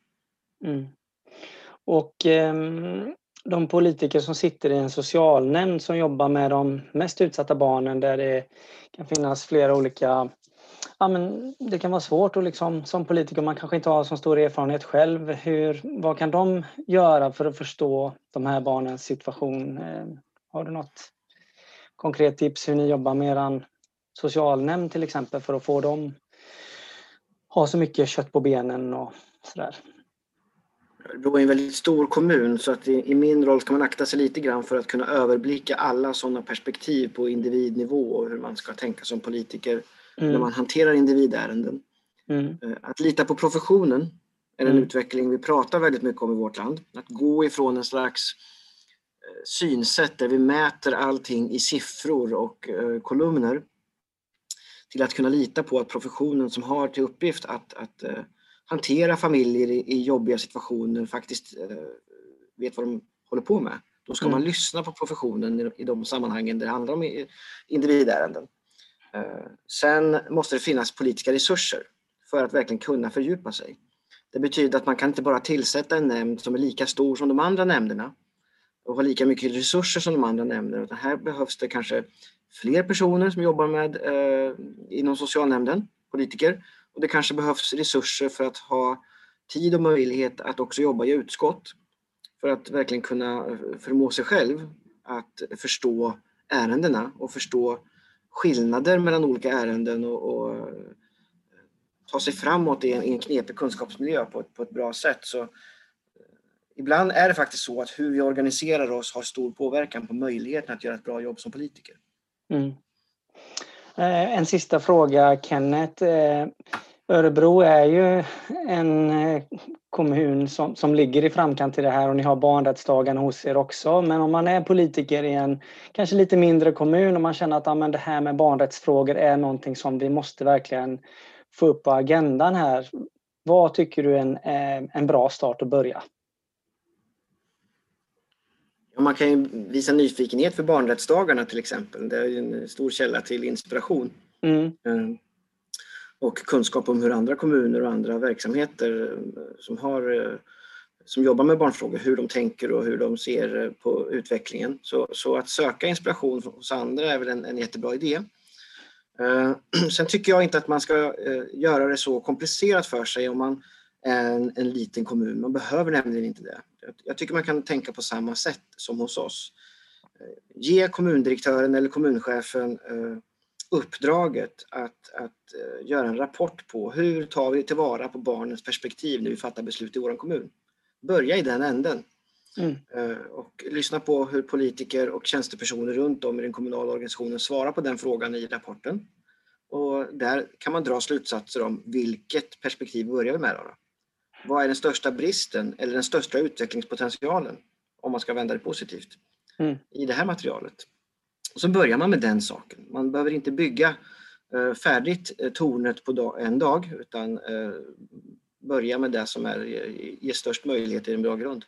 Och de politiker som sitter i en socialnämnd som jobbar med de mest utsatta barnen där det kan finnas flera olika Ja, men det kan vara svårt och liksom, som politiker, man kanske inte har så stor erfarenhet själv. Vad kan de göra för att förstå de här barnens situation? Har du något konkret tips hur ni jobbar med er socialnämnd till exempel för att få dem ha så mycket kött på benen och sådär? Det är en väldigt stor kommun, så att i min roll ska man akta sig lite grann för att kunna överblicka alla sådana perspektiv på individnivå och hur man ska tänka som politiker när man hanterar individärenden. Att lita på professionen är en utveckling vi pratar väldigt mycket om i vårt land. Att gå ifrån en slags synsätt där vi mäter allting i siffror och kolumner till att kunna lita på att professionen som har till uppgift att hantera familjer i jobbiga situationer faktiskt vet vad de håller på med. Då ska man lyssna på professionen i de sammanhangen där det handlar om individärenden. Sen måste det finnas politiska resurser för att verkligen kunna fördjupa sig. Det betyder att man kan inte bara tillsätta en nämnd som är lika stor som de andra nämnderna och ha lika mycket resurser som de andra nämnderna. Utan här behövs det kanske fler personer som jobbar med inom socialnämnden, politiker. Och det kanske behövs resurser för att ha tid och möjlighet att också jobba i utskott. För att verkligen kunna förmå sig själv att förstå ärendena och förstå skillnader mellan olika ärenden och ta sig framåt i en knepig kunskapsmiljö på ett bra sätt. Så ibland är det faktiskt så att hur vi organiserar oss har stor påverkan på möjligheten att göra ett bra jobb som politiker. En sista fråga, Kenneth. Örebro är ju en kommun som ligger i framkant i det här och ni har barnrättsdagarna hos er också. Men om man är politiker i en kanske lite mindre kommun och man känner att det här med barnrättsfrågor är någonting som vi måste verkligen få upp på agendan här. Vad tycker du är en bra start att börja? Man kan ju visa nyfikenhet för barnrättsdagarna till exempel. Det är ju en stor källa till inspiration. Och kunskap om hur andra kommuner och andra verksamheter som jobbar med barnfrågor, hur de tänker och hur de ser på utvecklingen. Så att söka inspiration hos andra är väl en jättebra idé. Sen tycker jag inte att man ska göra det så komplicerat för sig om man är en liten kommun. Man behöver nämligen inte det. Jag tycker man kan tänka på samma sätt som hos oss. Ge kommundirektören eller kommunchefen uppdraget att göra en rapport på hur tar vi tillvara på barnens perspektiv när vi fattar beslut i vår kommun. Börja i den änden. Och lyssna på hur politiker och tjänstepersoner runt om i den kommunala organisationen svarar på den frågan i rapporten. Och där kan man dra slutsatser om vilket perspektiv börjar vi med då. Vad är den största bristen eller den största utvecklingspotentialen om man ska vända det positivt i det här materialet. Och så börjar man med den saken. Man behöver inte bygga färdigt tornet på en dag utan börja med det som ger störst möjlighet till en bra grund.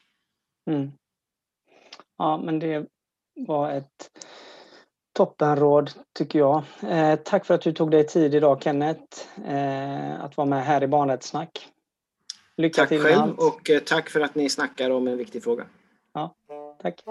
Ja, men det var ett toppenråd tycker jag. Tack för att du tog dig tid idag, Kenneth, att vara med här i Barnrättssnack. Lycka till med allt. Och tack för att ni snackar om en viktig fråga. Ja, tack.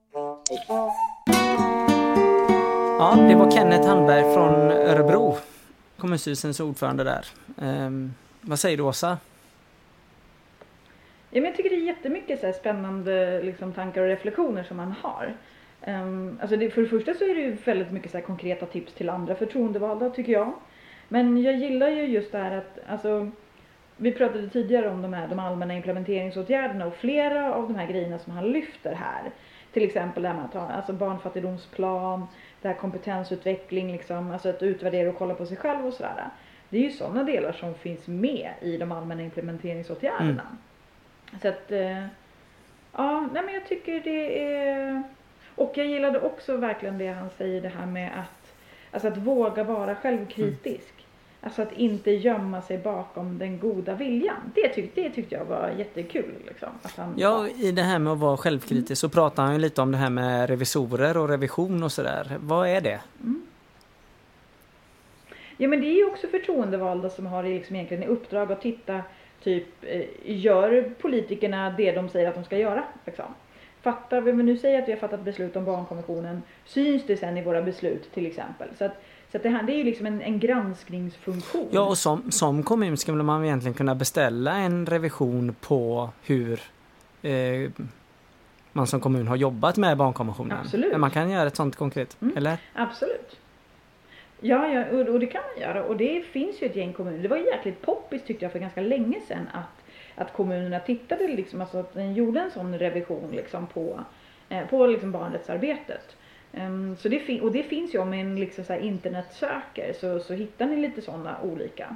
Ja, det var Kenneth Handberg från Örebro, kommunstyrelsens ordförande där. Vad säger du, Åsa? Ja, men jag tycker det är jättemycket så här spännande tankar och reflektioner som man har. Alltså för det första så är det ju väldigt mycket så här konkreta tips till andra förtroendevalda tycker jag. Men jag gillar ju just det här att vi pratade tidigare om de allmänna implementeringsåtgärderna och flera av de här grejerna som han lyfter här. Till exempel det här med att ha barnfattigdomsplan, det här kompetensutveckling, alltså att utvärdera och kolla på sig själv och sådär. Det är ju sådana delar som finns med i de allmänna implementeringsåtgärderna. Så att, men jag tycker det är... Och jag gillade också verkligen det han säger, det här med att våga vara självkritisk. Alltså att inte gömma sig bakom den goda viljan. Det tyckte jag var jättekul. I det här med att vara självkritisk så pratar han ju lite om det här med revisorer och revision och sådär. Vad är det? Ja, men det är ju också förtroendevalda som har egentligen i uppdrag att titta gör politikerna det de säger att de ska göra? Fattar vi, men nu säger att vi har fattat beslut om barnkonventionen, syns det sen i våra beslut till exempel? Så att Så att det är ju liksom en granskningsfunktion. Ja, och som kommun skulle man egentligen kunna beställa en revision på hur man som kommun har jobbat med barnkonventionen. Absolut. Man kan göra ett sånt konkret, eller? Absolut. Ja, och det kan man göra. Och det finns ju ett gäng kommuner. Det var jäkligt poppis tyckte jag för ganska länge sedan att kommunerna tittade liksom, alltså att den gjorde en sån revision liksom på liksom barnrättsarbetet. Så det finns ju om en liksom så här internetsöker så hittar ni lite sådana olika.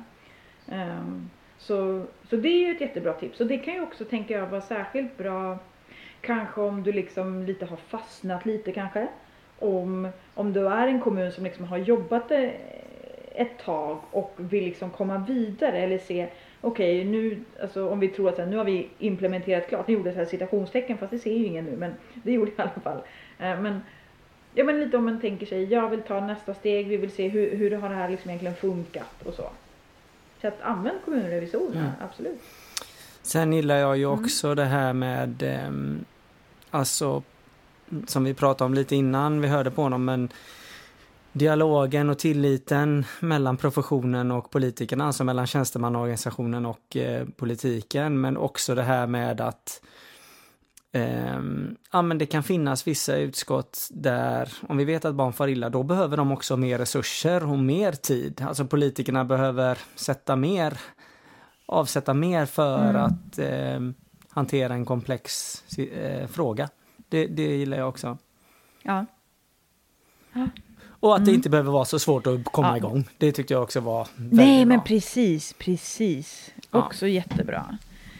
Så det är ju ett jättebra tips. Och det kan ju också, tänker jag, vara särskilt bra kanske om du liksom lite har fastnat lite kanske. Om du är en kommun som liksom har jobbat ett tag och vill liksom komma vidare eller se okej, nu, alltså om vi tror att nu har vi implementerat klart, ni gjorde så här citationstecken fast det ser ju ingen nu, men det gjorde i alla fall. Men lite om man tänker sig, jag vill ta nästa steg, vi vill se hur har det här liksom egentligen funkat och så. Så att använd kommunrevisorerna, absolut. Sen gillar jag ju också det här med, alltså som vi pratade om lite innan vi hörde på honom, men dialogen och tilliten mellan professionen och politikerna, alltså mellan tjänstemannaorganisationen och politiken, men också det här med att men det kan finnas vissa utskott där, om vi vet att barn far illa, då behöver de också mer resurser och mer tid. Alltså politikerna behöver avsätta mer för att hantera en komplex fråga. Det gillar jag också. Ja. Och att det inte behöver vara så svårt att komma igång. Det tyckte jag också var väldigt bra. Nej, men precis. Också jättebra.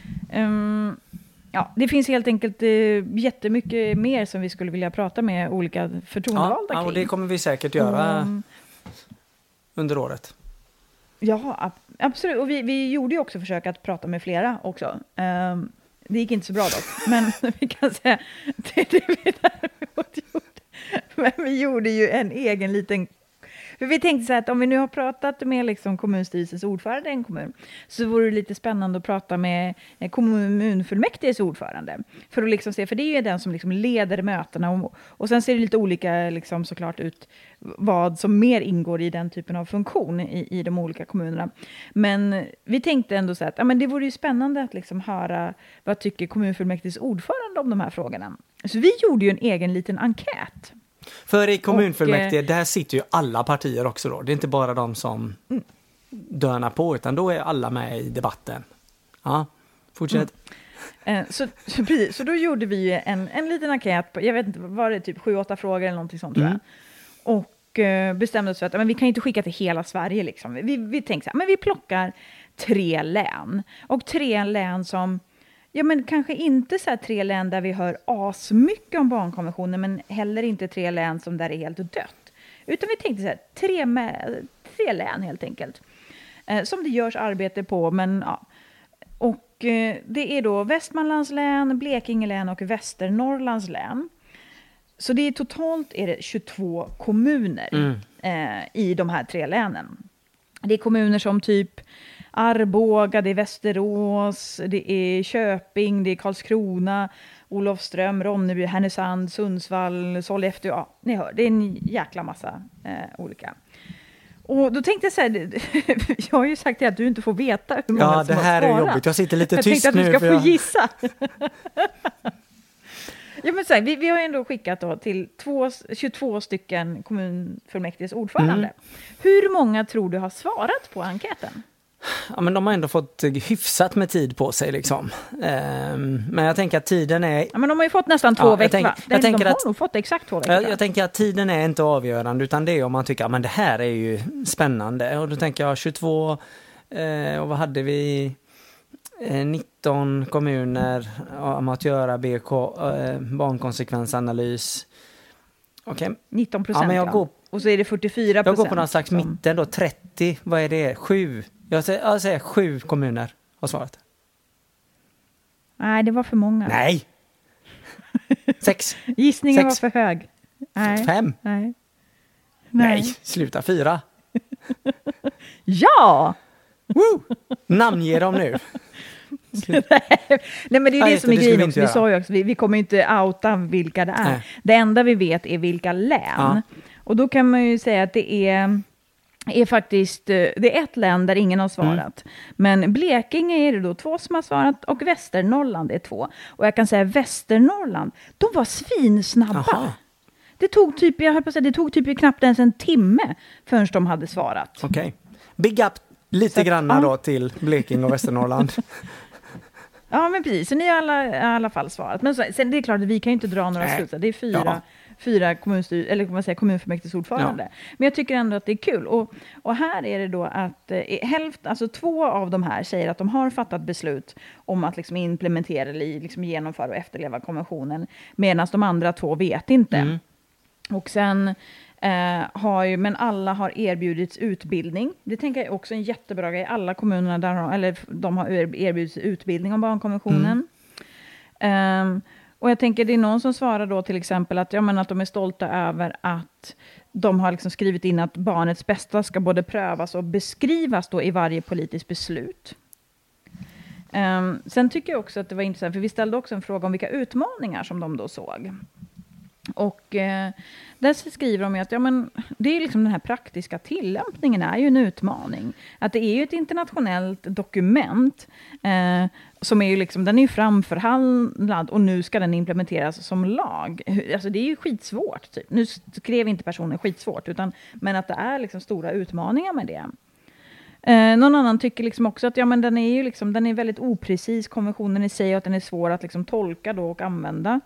Det finns helt enkelt jättemycket mer som vi skulle vilja prata med olika förtroendevalda kring. Och det kommer vi säkert göra under året. Ja, absolut. Och vi gjorde ju också försök att prata med flera också. Det gick inte så bra dock. Men vi kan säga det vi däremot gjorde. Men vi gjorde ju en egen liten... För vi tänkte så här att om vi nu har pratat med liksom kommunstyrelsens ordförande i en kommun, så vore det lite spännande att prata med kommunfullmäktiges ordförande. För att liksom se, för det är ju den som liksom leder mötena och sen ser det lite olika liksom såklart ut vad som mer ingår i den typen av funktion i de olika kommunerna. Men vi tänkte ändå så här att men det vore ju spännande att liksom höra vad tycker kommunfullmäktiges ordförande om de här frågorna. Så vi gjorde ju en egen liten enkät. För i kommunfullmäktige, där sitter ju alla partier också då. Det är inte bara de som dörnar på, utan då är alla med i debatten. Ja, fortsätt. Så då gjorde vi en liten enkät på, jag vet inte, var det typ 7-8 frågor eller någonting sånt tror jag. Och bestämde oss för att men vi kan inte skicka till hela Sverige liksom. Vi tänkte så här, men vi plockar 3 län. Och 3 län som... Ja, men kanske inte så här 3 län där vi hör asmycket om barnkonventionen, men heller inte 3 län som där är helt dött. Utan vi tänkte så här, 3 län helt enkelt. Som det görs arbete på, men ja. Och det är då Västmanlands län, Blekinge län och Västernorrlands län. Så det är totalt 22 kommuner i de här 3 länen. Det är kommuner som typ Arboga, det är Västerås, det är Köping, det är Karlskrona, Olofström, Ronneby, Härnösand, Sundsvall, Sollefteå. Ja, ni hör, det är en jäkla massa olika. Och då tänkte jag så här, jag har ju sagt till att du inte får veta hur många som har svarat. Ja, det här är jobbigt. Jag sitter lite tyst nu. Jag tänkte att du ska få gissa. Ja, men så här, vi har ändå skickat då till 22 stycken kommunfullmäktiges ordförande. Hur många tror du har svarat på enkäten? Ja, men de har ändå fått hyfsat med tid på sig liksom. Men jag tänker att tiden är... Ja, men de har ju fått nästan 2 veckor. De har nog fått exakt 2 veckor. Jag tänker att tiden är inte avgörande, utan det är om man tycker att det här är ju spännande. Och då tänker jag 22, och vad hade vi? 19 kommuner om att göra barnkonsekvensanalys. Okay. 19%. Ja, men jag går, och så är det 44%. Jag går på någon slags mitten då, 30, vad är det? 7. Jag säger 7 kommuner har svarat. Nej, det var för många. Nej. 6. Gissningen var för hög. Nej. 5. Nej, sluta 4. Ja! Woo! Namnge dem nu. Nej, men det är det som är grejen också. Vi sa ju också, vi kommer inte outa vilka det är. Det enda vi vet är vilka län. Ja. Och då kan man ju säga att det är är faktiskt, det är ett län där ingen har svarat. Men Blekinge är det då 2 som har svarat och Västernorrland är 2. Och jag kan säga Västernorrland, de var svinsnabba. Aha. Det tog typ, jag höll på att säga, det tog typ knappt ens en timme förrän de hade svarat. Okej. Big up lite granna då till Blekinge och Västernorrland. Ja, men precis. Så ni har i alla fall svarat. Men sen det är klart att vi kan ju inte dra några slutsatser. Det är fyra kommunfullmäktigeordförande. Ja. Men jag tycker ändå att det är kul. Och här är det då att alltså 2 av de här säger att de har fattat beslut om att liksom implementera eller liksom genomföra och efterleva konventionen. Medan de andra 2 vet inte. Och sen men alla har erbjudits utbildning. Det tänker jag också är en jättebra grej. Alla kommunerna där de har erbjudits utbildning om barnkonventionen. Och jag tänker det är någon som svarar då till exempel att, att de är stolta över att de har liksom skrivit in att barnets bästa ska både prövas och beskrivas då i varje politiskt beslut. Sen tycker jag också att det var intressant, för vi ställde också en fråga om vilka utmaningar som de då såg. Och där skriver de ju att det är liksom den här praktiska tillämpningen är ju en utmaning. Att det är ju ett internationellt dokument som är ju liksom, den är ju framförhandlad och nu ska den implementeras som lag. Alltså det är ju skitsvårt. Typ. Nu skrev inte personen skitsvårt, men att det är liksom stora utmaningar med det. Någon annan tycker liksom också att den är ju liksom, den är väldigt oprecis, konventionen i sig, och att den är svår att liksom tolka då och använda.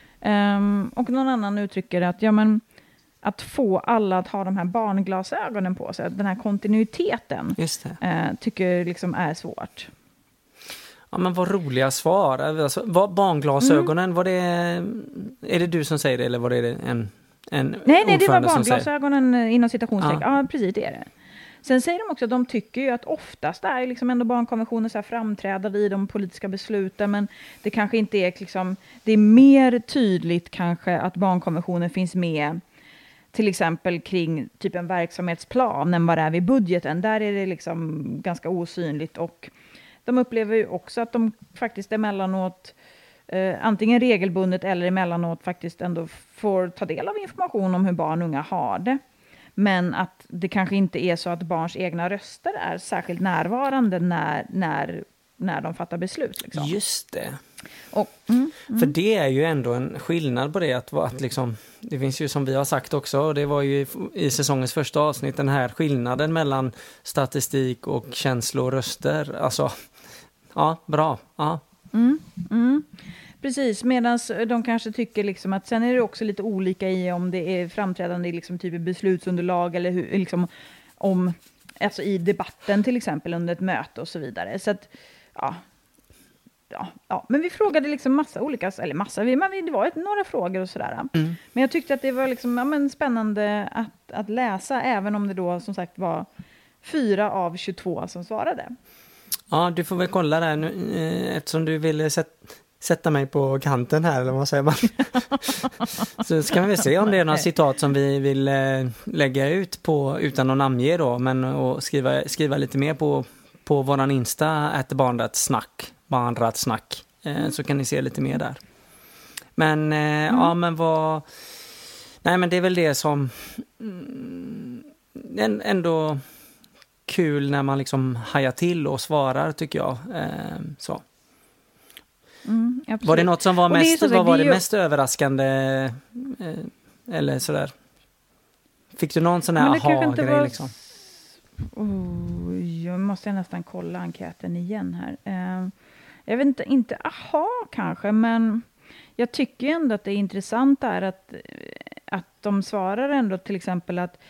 Och någon annan uttrycker att att få alla att ha de här barnglasögonen på sig, den här kontinuiteten, tycker liksom är svårt. Ja, men vad roliga svar. Alltså, barnglasögonen, är det du som säger det eller var det en Nej, det var barnglasögonen inom citationstecken. Ja, precis, det är det. Sen säger de också att de tycker ju att oftast är liksom ändå barnkonventionen så här framträdande i de politiska besluten, men det kanske inte är liksom, det är mer tydligt kanske att barnkonventionen finns med till exempel kring typ en verksamhetsplan än vad det är vid budgeten. Där är det liksom ganska osynligt, och de upplever ju också att de faktiskt emellanåt antingen regelbundet eller emellanåt faktiskt ändå får ta del av information om hur barn och unga har det. Men att det kanske inte är så att barns egna röster är särskilt närvarande när de fattar beslut. Liksom. Just det. För det är ju ändå en skillnad på det. Att liksom, det finns ju som vi har sagt också, och det var ju i säsongens första avsnitt, den här skillnaden mellan statistik och känslor och röster. Alltså, ja, bra. Ja. Precis, medan de kanske tycker liksom att sen är det också lite olika i om det är framträdande i liksom typ beslutsunderlag eller hur, liksom, alltså i debatten till exempel under ett möte och så vidare. Så att, ja. Men vi frågade liksom massa olika, eller massa, det var några frågor och sådär. Men jag tyckte att det var liksom, spännande att läsa, även om det då som sagt var 4 av 22 som svarade. Ja, du får väl kolla där nu, eftersom du ville sätta mig på kanten här, eller vad säger man? Så ska vi väl se om det är några citat som vi vill lägga ut på, utan att namnge då, men och skriva lite mer på våran Insta, barnrattsnack. Så kan ni se lite mer där. Men ja, men nej, men det är väl det som ändå kul när man liksom hajar till och svarar, tycker jag. Så. Var det något som var mest, vad var det mest överraskande eller sådär? Fick du någon sån här aha-grej liksom? Jag måste nästan kolla enkäten igen här. Jag vet inte aha kanske, men jag tycker ändå att det är intressant är att de svarar ändå till exempel att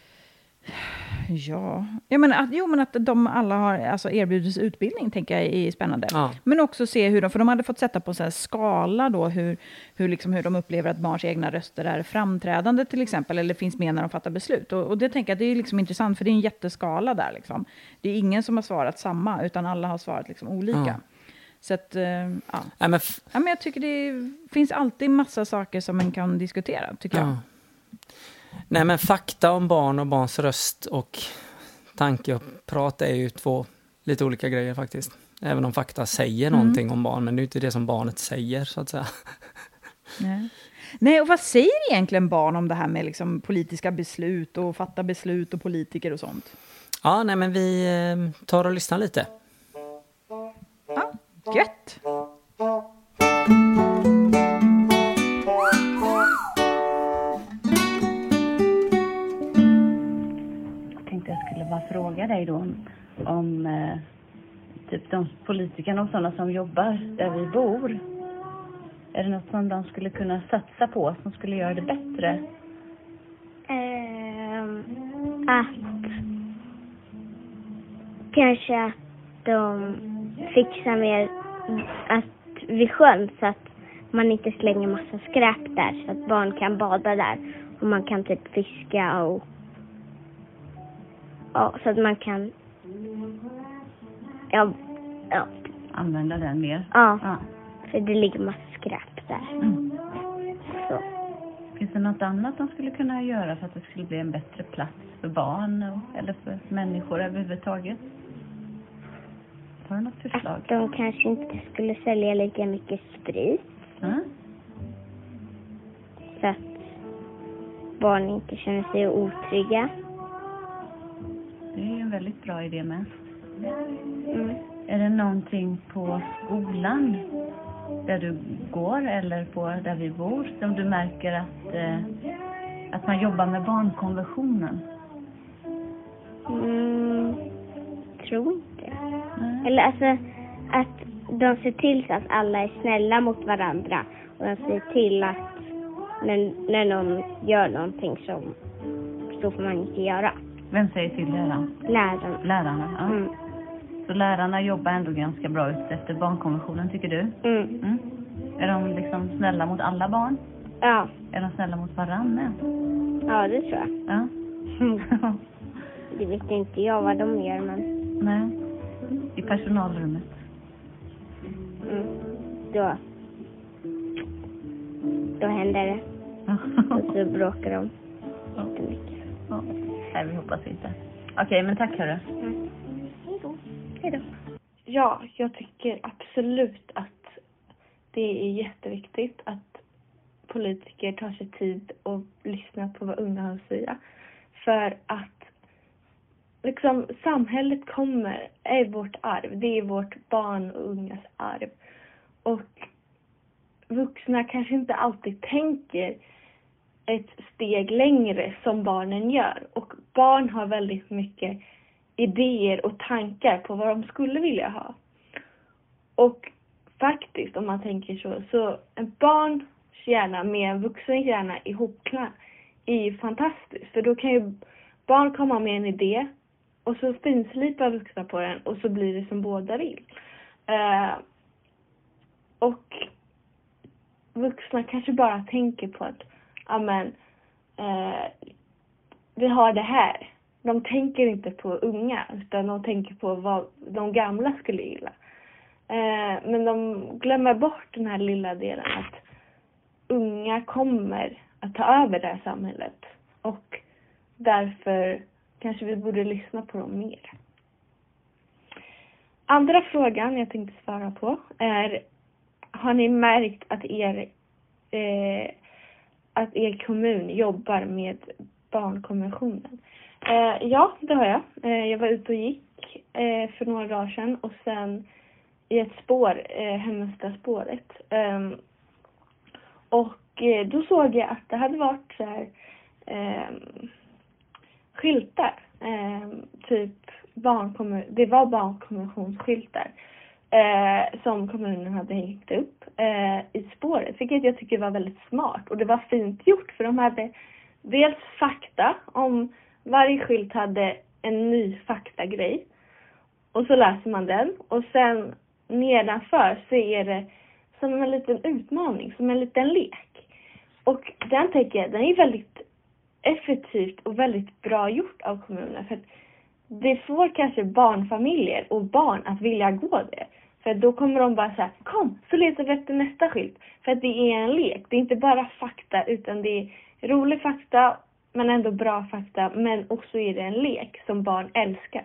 men att de alla har alltså erbjudits utbildning, tänker jag är spännande. Ja. Men också se hur för de hade fått sätta på en sån här skala då hur de upplever att barns egna röster är framträdande till exempel, eller finns med när de fattar beslut. Och det tänker jag att det är liksom intressant, för det är en jätteskala där liksom. Det är ingen som har svarat samma, utan alla har svarat liksom olika. Ja. Så att, men jag tycker det finns alltid massa saker som man kan diskutera, tycker jag. Nej, men fakta om barn och barns röst och tanke och prat är ju 2 lite olika grejer faktiskt. Även om fakta säger någonting om barn, men det är inte det som barnet säger, så att säga. Nej, och vad säger egentligen barn om det här med liksom politiska beslut och fatta beslut och politiker och sånt? Ja, nej men vi tar och lyssnar lite. Ja, gött! Jag tänkte jag skulle bara fråga dig då om typ de politikerna och sådana som jobbar där vi bor. Är det något som de skulle kunna satsa på som skulle göra det bättre? Att kanske att de fixar mer att vid sjön så att man inte slänger massa skräp där så att barn kan bada där och man kan typ fiska och så att man kan Använda den mer? Ja. För det ligger massa skräp där. Så. Finns det något annat de skulle kunna göra för att det skulle bli en bättre plats för barn eller för människor överhuvudtaget? Har du något förslag? Att de kanske inte skulle sälja lika mycket sprit. Så att barn inte känner sig otrygga. Det är ju en väldigt bra idé med. Är det någonting på skolan där du går eller på där vi bor som du märker att man jobbar med barnkonventionen? Tror inte. Eller alltså att de ser till så att alla är snälla mot varandra och de ser till att när någon gör någonting så får man inte göra. Vem säger till läraren? Lärarna, ja. Så lärarna jobbar ändå ganska bra ut efter barnkonventionen, tycker du? Är de liksom snälla mot alla barn? Ja. Är de snälla mot varandra? Ja, det tror jag. Ja. Det vet inte jag vad de gör, men... Nej, i personalrummet. Då händer det. Och så bråkar de jättemycket. Ja. Nej, vi hoppas inte. Okej, men tack hörru. Hej då. Ja, jag tycker absolut att det är jätteviktigt att politiker tar sig tid och lyssnar på vad unga har att säga. För att liksom, samhället är vårt arv. Det är vårt barn och ungas arv. Och vuxna kanske inte alltid tänker ett steg längre som barnen gör. Och barn har väldigt mycket idéer och tankar på vad de skulle vilja ha. Och faktiskt, om man tänker så en barns hjärna med en vuxen hjärna ihopknall är ju fantastiskt. För då kan ju barn komma med en idé och så finslipar vuxna på den och så blir det som båda vill. Och vuxna kanske bara tänker på att vi har det här. De tänker inte på unga utan de tänker på vad de gamla skulle gilla. Men de glömmer bort den här lilla delen att unga kommer att ta över det här samhället. Och därför kanske vi borde lyssna på dem mer. Andra frågan jag tänkte svara på är: har ni märkt att er kommun jobbar med barnkonventionen? Ja, det har jag. Jag var ute och gick för några dagar sedan och sen i ett spår, Hemmestaspåret. Och då såg jag att det hade varit så här, skyltar. Typ det var barnkonventionsskyltar som kommunen hade hängt upp i spåret. Vilket jag tycker var väldigt smart. Och det var fint gjort för de hade dels fakta om varje skylt hade en ny faktagrej. Och så läser man den. Och sen nedanför så är det som en liten utmaning, som en liten lek. Och den tänker jag, den är väldigt effektivt och väldigt bra gjort av kommunen. För att det får kanske barnfamiljer och barn att vilja gå det. För då kommer de bara säga, kom så letar vi efter nästa skylt. För att det är en lek. Det är inte bara fakta utan det är rolig fakta men ändå bra fakta. Men också är det en lek som barn älskar.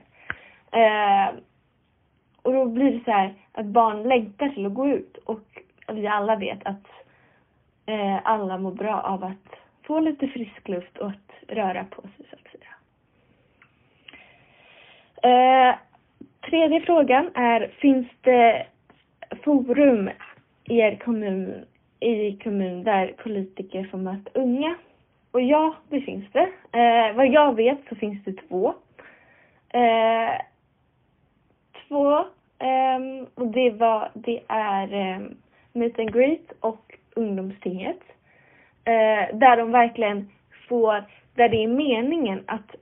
Och då blir det så här att barn längtar till att gå ut. Och vi alla vet att alla mår bra av att få lite frisk luft och att röra på sig, så att säga. Tredje frågan är, finns det forum i er kommun, där politiker får möta unga? Och ja, det finns det. Vad jag vet så finns det 2. Och det är Meet and Greet och ungdomstinget. Där de verkligen får, där det är meningen att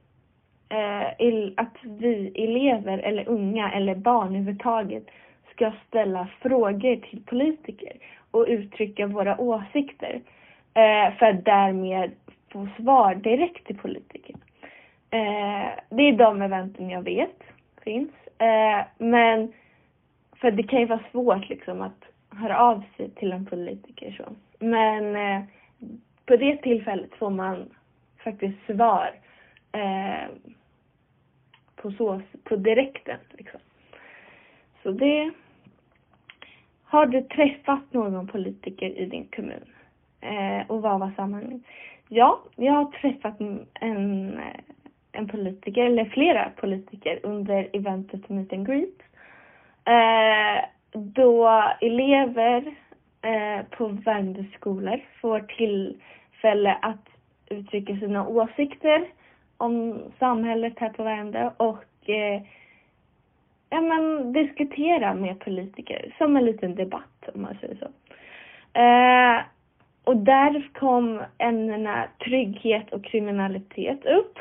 vi elever eller unga eller barn överhuvudtaget ska ställa frågor till politiker och uttrycka våra åsikter för att därmed få svar direkt till politiker. Det är de eventen jag vet finns. Men för det kan ju vara svårt liksom att höra av sig till en politiker så. Men på det tillfället får man faktiskt svar på direkten liksom. Så det, har du träffat någon politiker i din kommun? Och vad var sammanhanget? Ja, jag har träffat en politiker, eller flera politiker under eventet Meet and Greet. Då elever på Värmdö skolor får tillfälle att uttrycka sina åsikter om samhället här på Värmdö och diskutera med politiker som en liten debatt, om man säger så. Och där kom ämnena trygghet och kriminalitet upp.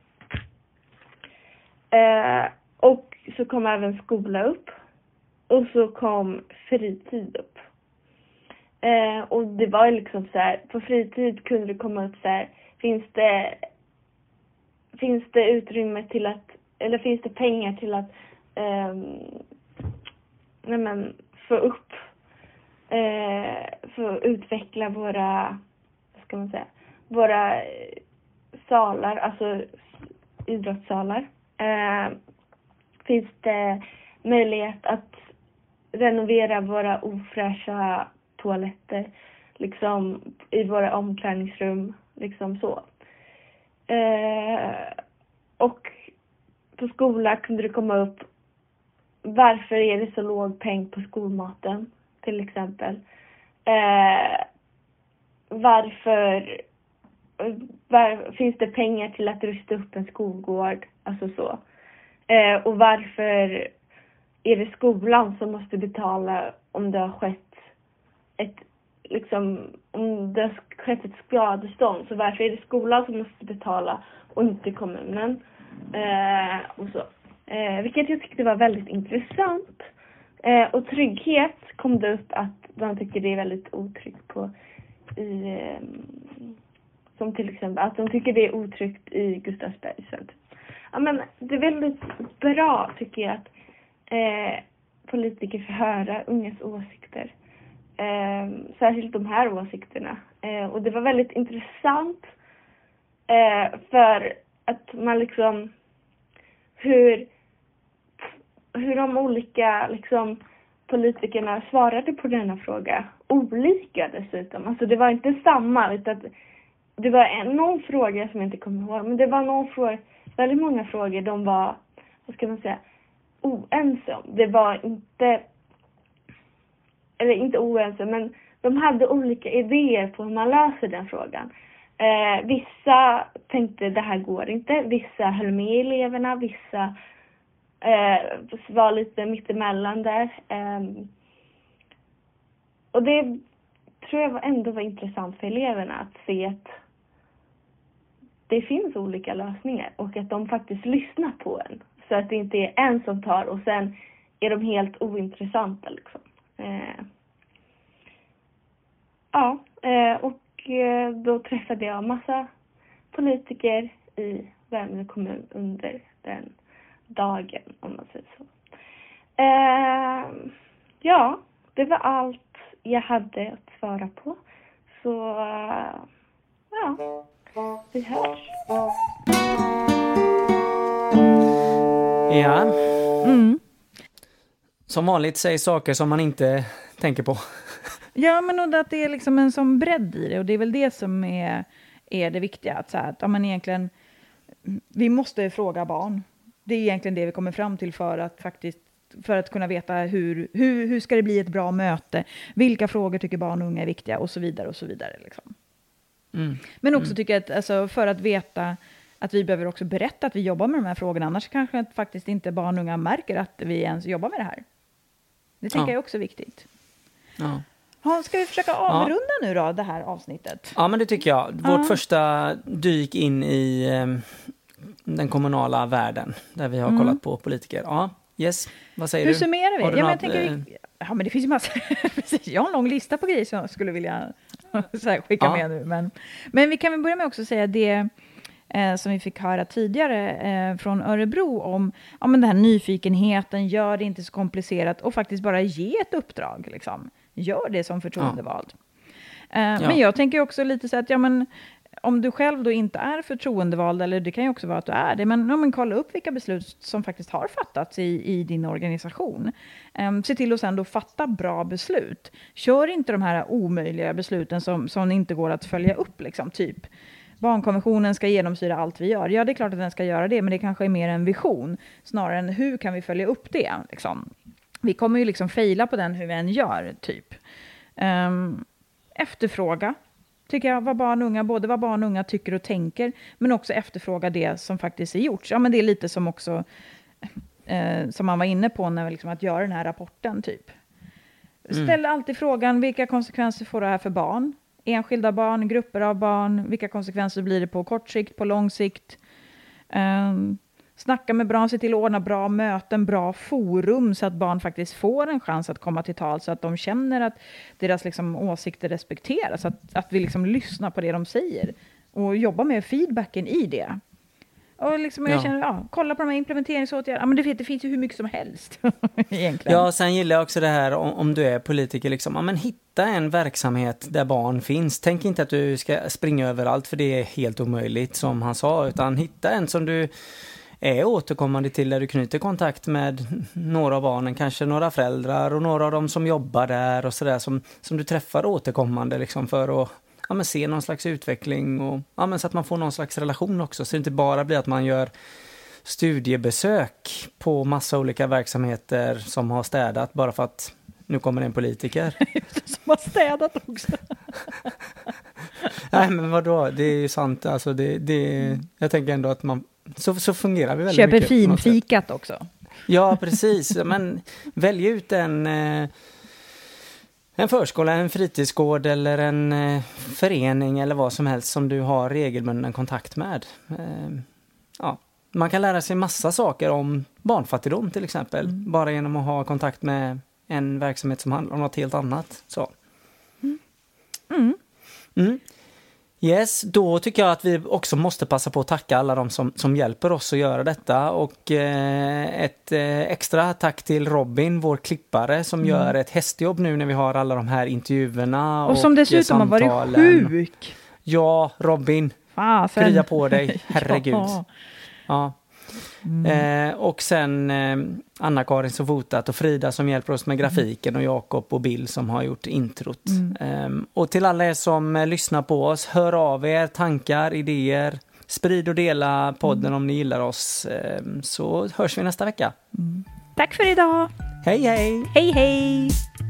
Och så kom även skola upp. Och så kom fritid upp. Och det var liksom så här, på fritid kunde det komma upp så här, finns det utrymme till att, eller finns det pengar till att få upp, för att utveckla våra, våra salar, alltså idrottssalar. Finns det möjlighet att renovera våra ofräscha toaletter liksom i våra omklädningsrum, liksom så. Och på skolan kunde det komma upp, varför är det så låg peng på skolmaten till exempel. Varför finns det pengar till att rusta upp en skolgård, alltså så. Och varför är det skolan som måste betala om det har skett ett skadestånd, så varför är det skolan som måste betala och inte kommunen, och så. Vilket jag tyckte var väldigt intressant. Och trygghet kom det upp att de tycker det är väldigt otryggt som till exempel att de tycker det är otryggt i Gustavsbergs centrum. Ja, men det är väldigt bra, tycker jag, att politiker får höra ungas åsikter. Särskilt de här åsikterna. Och det var väldigt intressant för att man liksom hur de olika liksom politikerna svarade på denna fråga. Olika dessutom. Alltså det var inte samma, utan det var någon fråga som jag inte kommer ihåg. Men det var väldigt många frågor de var, vad ska man säga, oense om. Det var inte oense, men de hade olika idéer på hur man löser den frågan. Vissa tänkte det här går inte. Vissa höll med eleverna. Vissa var lite mittemellan där. Och det tror jag ändå var intressant för eleverna att se att det finns olika lösningar och att de faktiskt lyssnar på en. Så att det inte är en som tar och sen är de helt ointressanta liksom. Och då träffade jag massa politiker i Värmdö kommun under den dagen, om man säger så. Ja, det var allt jag hade att svara på. Så ja, vi hörs. Ja. Mm. Som vanligt säger saker som man inte tänker på. Ja, men och att det är liksom en sån bredd i det. Och det är väl det som är det viktiga. Att, så här, att man egentligen, vi måste fråga barn. Det är egentligen det vi kommer fram till för att kunna veta hur ska det bli ett bra möte. Vilka frågor tycker barn och unga är viktiga och så vidare och så vidare. Liksom. Men också tycker jag att alltså, för att veta att vi behöver också berätta att vi jobbar med de här frågorna. Annars kanske faktiskt inte barn och unga märker att vi ens jobbar med det här. Det tänker jag också är viktigt. Ja. Ska vi försöka avrunda nu då, det här avsnittet? Ja, men det tycker jag. Vårt första dyk in i den kommunala världen, där vi har kollat på politiker. Ja, yes. Vad säger du? Hur summerar vi? Men jag tänker, men det finns ju massa... Precis, jag har en lång lista på grejer som jag skulle vilja skicka med nu. Men vi kan väl börja med också säga det som vi fick höra tidigare från Örebro om den här nyfikenheten, gör det inte så komplicerat och faktiskt bara ge ett uppdrag. Liksom. Gör det som förtroendevald. Men jag tänker också lite så att om du själv då inte är förtroendevald, eller det kan ju också vara att du är det, men kolla upp vilka beslut som faktiskt har fattats i din organisation. Se till att sen då fatta bra beslut. Kör inte de här omöjliga besluten som inte går att följa upp, liksom, typ. Barnkonventionen ska genomsyra allt vi gör. Ja, det är klart att den ska göra det, men det kanske är mer en vision. Snarare än hur kan vi följa upp det, liksom. Vi kommer ju liksom fejla på den hur vi än gör, typ. Efterfråga. Tycker jag, vad barn och unga tycker och tänker, men också efterfråga det som faktiskt är gjort. Ja, men det är lite som också som man var inne på när liksom att göra den här rapporten, typ. Ställ alltid frågan, vilka konsekvenser får det här för barn? Enskilda barn, grupper av barn, vilka konsekvenser blir det på kort sikt, på lång sikt? Snacka med barn, se till att ordna bra möten, bra forum så att barn faktiskt får en chans att komma till tal, så att de känner att deras liksom åsikter respekteras, att vi liksom lyssnar på det de säger och jobbar med feedbacken i det. Och liksom jag känner, kolla på de här implementeringsåtgärderna. Men det finns ju hur mycket som helst egentligen. Ja, sen gillar jag också det här om du är politiker liksom. Men hitta en verksamhet där barn finns. Tänk inte att du ska springa överallt, för det är helt omöjligt som han sa, utan hitta en som du är återkommande till, där du knyter kontakt med några av barnen, kanske några föräldrar och några av dem som jobbar där och sådär, som du träffar återkommande liksom, för att se någon slags utveckling och så att man får någon slags relation också, så det inte bara blir att man gör studiebesök på massa olika verksamheter som har städat bara för att nu kommer en politiker. Som har städat också. Nej, men vadå? Det är ju sant. Alltså jag tänker ändå att man så fungerar vi väldigt köper mycket. Köper finfikat också. Ja, precis. Men välj ut en förskola, en fritidsgård eller en förening eller vad som helst som du har regelbunden kontakt med. Man kan lära sig massa saker om barnfattigdom till exempel. Bara genom att ha kontakt med en verksamhet som handlar om något helt annat. Så. Yes, då tycker jag att vi också måste passa på att tacka alla de som hjälper oss att göra detta. Och ett extra tack till Robin, vår klippare, som gör ett hästjobb nu när vi har alla de här intervjuerna. Och som dessutom har varit sjuk. Ja, Robin. Krya på dig, herregud. Ja. Och sen Anna-Karin som fotat och Frida som hjälper oss med grafiken och Jakob och Bill som har gjort introt. Och till alla er som lyssnar på oss, hör av er tankar, idéer, sprid och dela podden om ni gillar oss, så hörs vi nästa vecka. Tack för idag. Hej hej. Hej hej.